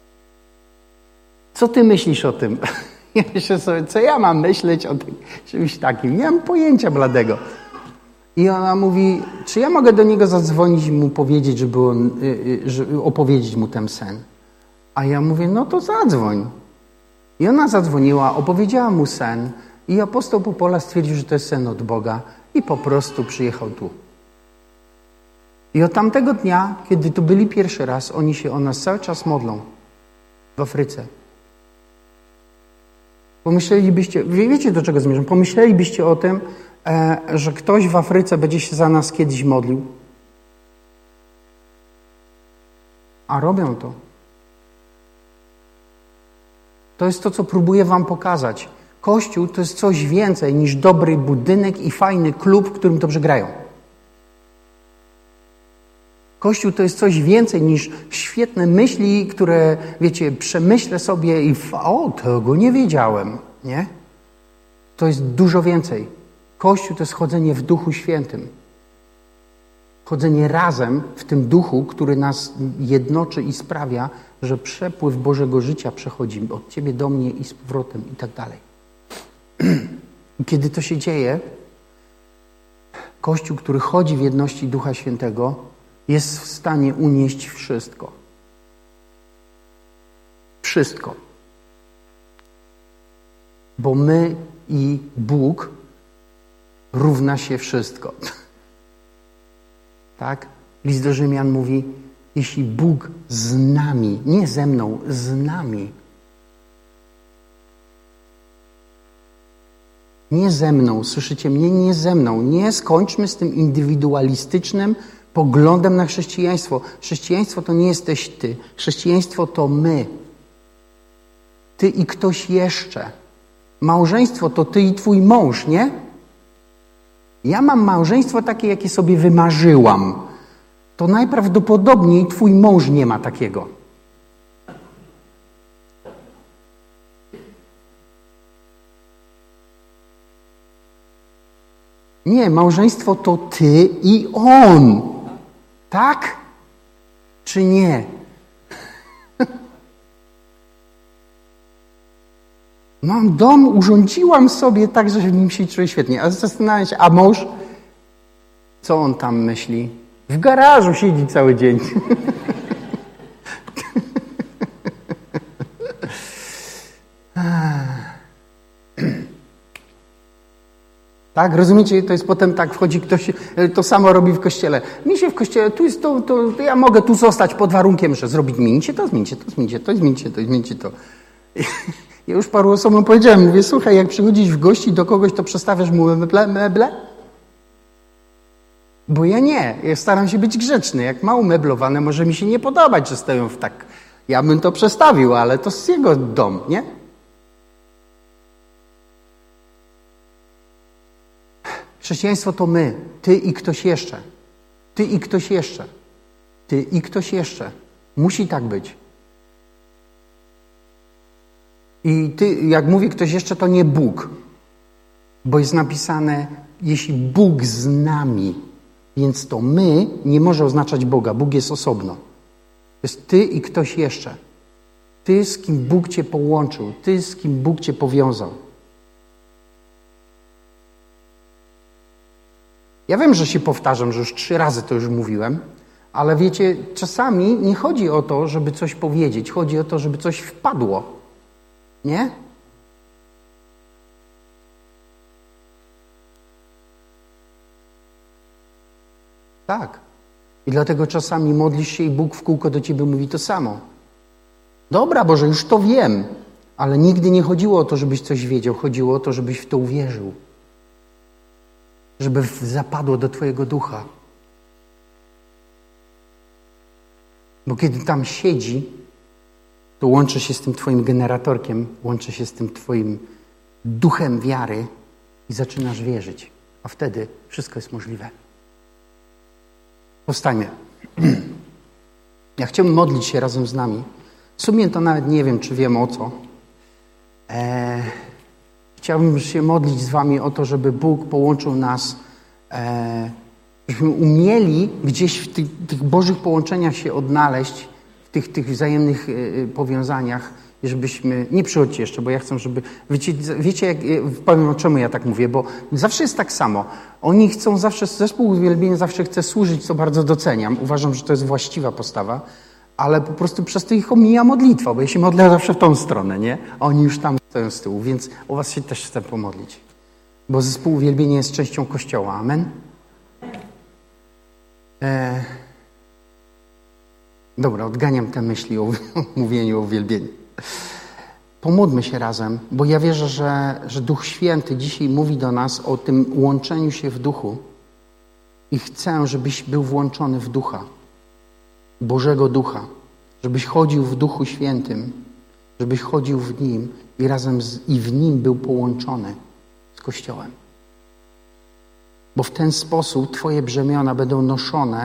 Co ty myślisz o tym? Ja myślę sobie, co ja mam myśleć o tym, czymś takim? Nie mam pojęcia bladego. I ona mówi, czy ja mogę do niego zadzwonić i mu powiedzieć, żeby on, żeby opowiedzieć mu ten sen? A ja mówię, no to zadzwoń. I ona zadzwoniła, opowiedziała mu sen i apostoł Popola stwierdził, że to jest sen od Boga i po prostu przyjechał tu. I od tamtego dnia, kiedy tu byli pierwszy raz, oni się o nas cały czas modlą w Afryce. Pomyślelibyście, wiecie do czego zmierzam, pomyślelibyście o tym, e, że ktoś w Afryce będzie się za nas kiedyś modlił? A robią to. To jest to, co próbuję wam pokazać. Kościół to jest coś więcej niż dobry budynek i fajny klub, w którym dobrze grają. Kościół to jest coś więcej niż świetne myśli, które, wiecie, przemyślę sobie i o, tego nie wiedziałem, nie? To jest dużo więcej. Kościół to jest chodzenie w Duchu Świętym. Chodzenie razem w tym Duchu, który nas jednoczy i sprawia, że przepływ Bożego życia przechodzi od Ciebie do mnie i z powrotem i tak dalej. Kiedy to się dzieje, Kościół, który chodzi w jedności Ducha Świętego, jest w stanie unieść wszystko. Wszystko. Bo my i Bóg równa się wszystko. Tak? List do Rzymian mówi, jeśli Bóg z nami, nie ze mną, z nami. Nie ze mną, słyszycie mnie? Nie ze mną. Nie skończmy z tym indywidualistycznym poglądem na chrześcijaństwo. Chrześcijaństwo to nie jesteś ty. Chrześcijaństwo to my. Ty i ktoś jeszcze. Małżeństwo to ty i twój mąż, nie? Ja mam małżeństwo takie, jakie sobie wymarzyłam. To najprawdopodobniej twój mąż nie ma takiego. Nie, małżeństwo to ty i on. Tak? Czy nie? Mam dom, urządziłam sobie tak, że w nim się czuję świetnie. Ale zastanawiam się, a mąż? Co on tam myśli? W garażu siedzi cały dzień. Tak, rozumiecie? To jest potem tak, wchodzi ktoś, to samo robi w kościele. Mi się w kościele, tu jest to, to, to ja mogę tu zostać pod warunkiem, że zrobić zmienicie to, zmienicie to, zmienicie to, zmienicie to, zmienicie to. Ja już paru osobom powiedziałem, mówię, słuchaj, jak przychodzisz w gości do kogoś, to przestawiasz mu meble, meble? Bo ja nie, ja staram się być grzeczny. Jak ma umeblowane, może mi się nie podobać, że stoją w tak. Ja bym to przestawił, ale to jest jego dom, nie? Chrześcijaństwo to my, ty i ktoś jeszcze. Ty i ktoś jeszcze. Ty i ktoś jeszcze. Musi tak być. I ty, jak mówi ktoś jeszcze, to nie Bóg. Bo jest napisane, jeśli Bóg z nami, więc to my nie może oznaczać Boga. Bóg jest osobno. To jest ty i ktoś jeszcze. Ty, z kim Bóg cię połączył. Ty, z kim Bóg cię powiązał. Ja wiem, że się powtarzam, że już trzy razy to już mówiłem, ale wiecie, czasami nie chodzi o to, żeby coś powiedzieć. Chodzi o to, żeby coś wpadło. Nie? Tak. I dlatego czasami modlisz się i Bóg w kółko do ciebie mówi to samo. Dobra, Boże, już to wiem, ale nigdy nie chodziło o to, żebyś coś wiedział. Chodziło o to, żebyś w to uwierzył. Żeby zapadło do twojego ducha. Bo kiedy tam siedzi, to łączy się z tym twoim generatorkiem, łączy się z tym twoim duchem wiary i zaczynasz wierzyć. A wtedy wszystko jest możliwe. Powstańmy. Ja chciałbym modlić się razem z nami. W sumie to nawet nie wiem, czy wiem o co. Eee, chciałbym się modlić z wami o to, żeby Bóg połączył nas, eee, żebyśmy umieli gdzieś w tych, tych Bożych połączeniach się odnaleźć, w tych, tych wzajemnych e, powiązaniach, i żebyśmy... Nie przychodźcie jeszcze, bo ja chcę, żeby... Wiecie, wiecie jak, powiem, czemu ja tak mówię, bo zawsze jest tak samo. Oni chcą zawsze, zespół uwielbienia zawsze chce służyć, co bardzo doceniam. Uważam, że to jest właściwa postawa, ale po prostu przez to ich omija modlitwa, bo ja się modlę zawsze w tą stronę, nie? A oni już tam stoją z tyłu, więc o was się też chcę pomodlić. Bo zespół uwielbienia jest częścią Kościoła. Amen? E... Dobra, odganiam te myśli o, o mówieniu o uwielbieniu. Pomódlmy się razem, bo ja wierzę, że, że Duch Święty dzisiaj mówi do nas o tym łączeniu się w duchu i chcę, żebyś był włączony w ducha, Bożego Ducha, żebyś chodził w Duchu Świętym, żebyś chodził w Nim i razem z, i w Nim był połączony z Kościołem. Bo w ten sposób twoje brzemiona będą noszone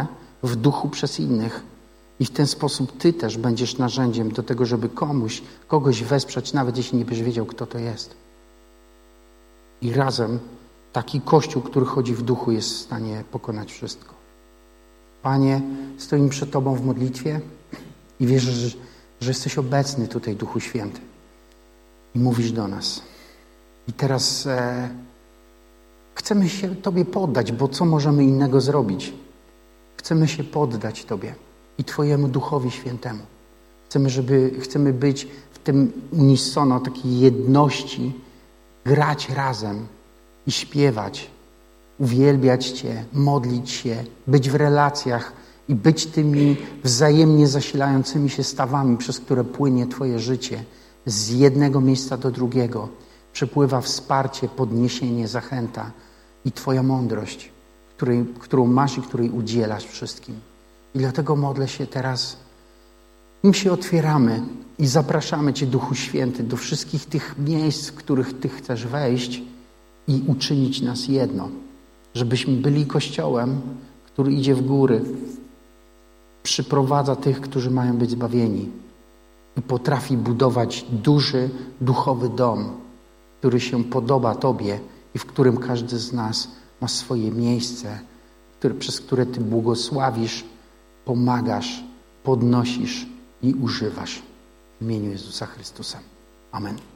w duchu przez innych. I w ten sposób Ty też będziesz narzędziem do tego, żeby komuś, kogoś wesprzeć, nawet jeśli nie będziesz wiedział, kto to jest. I razem taki Kościół, który chodzi w duchu, jest w stanie pokonać wszystko. Panie, stoimy przed Tobą w modlitwie i wierzę, że, że jesteś obecny tutaj, Duchu Święty. I mówisz do nas. I teraz e, chcemy się Tobie poddać, bo co możemy innego zrobić? Chcemy się poddać Tobie i Twojemu Duchowi Świętemu. Chcemy, żeby, chcemy być w tym unisono, takiej jedności, grać razem i śpiewać, uwielbiać Cię, modlić się, być w relacjach i być tymi wzajemnie zasilającymi się stawami, przez które płynie Twoje życie z jednego miejsca do drugiego. Przepływa wsparcie, podniesienie, zachęta i Twoja mądrość, której, którą masz i której udzielasz wszystkim. I dlatego modlę się teraz, im się otwieramy i zapraszamy Cię, Duchu Święty, do wszystkich tych miejsc, w których Ty chcesz wejść i uczynić nas jedno. Żebyśmy byli Kościołem, który idzie w góry, przyprowadza tych, którzy mają być zbawieni i potrafi budować duży, duchowy dom, który się podoba Tobie i w którym każdy z nas ma swoje miejsce, które, przez które Ty błogosławisz, pomagasz, podnosisz i używasz. W imieniu Jezusa Chrystusa. Amen.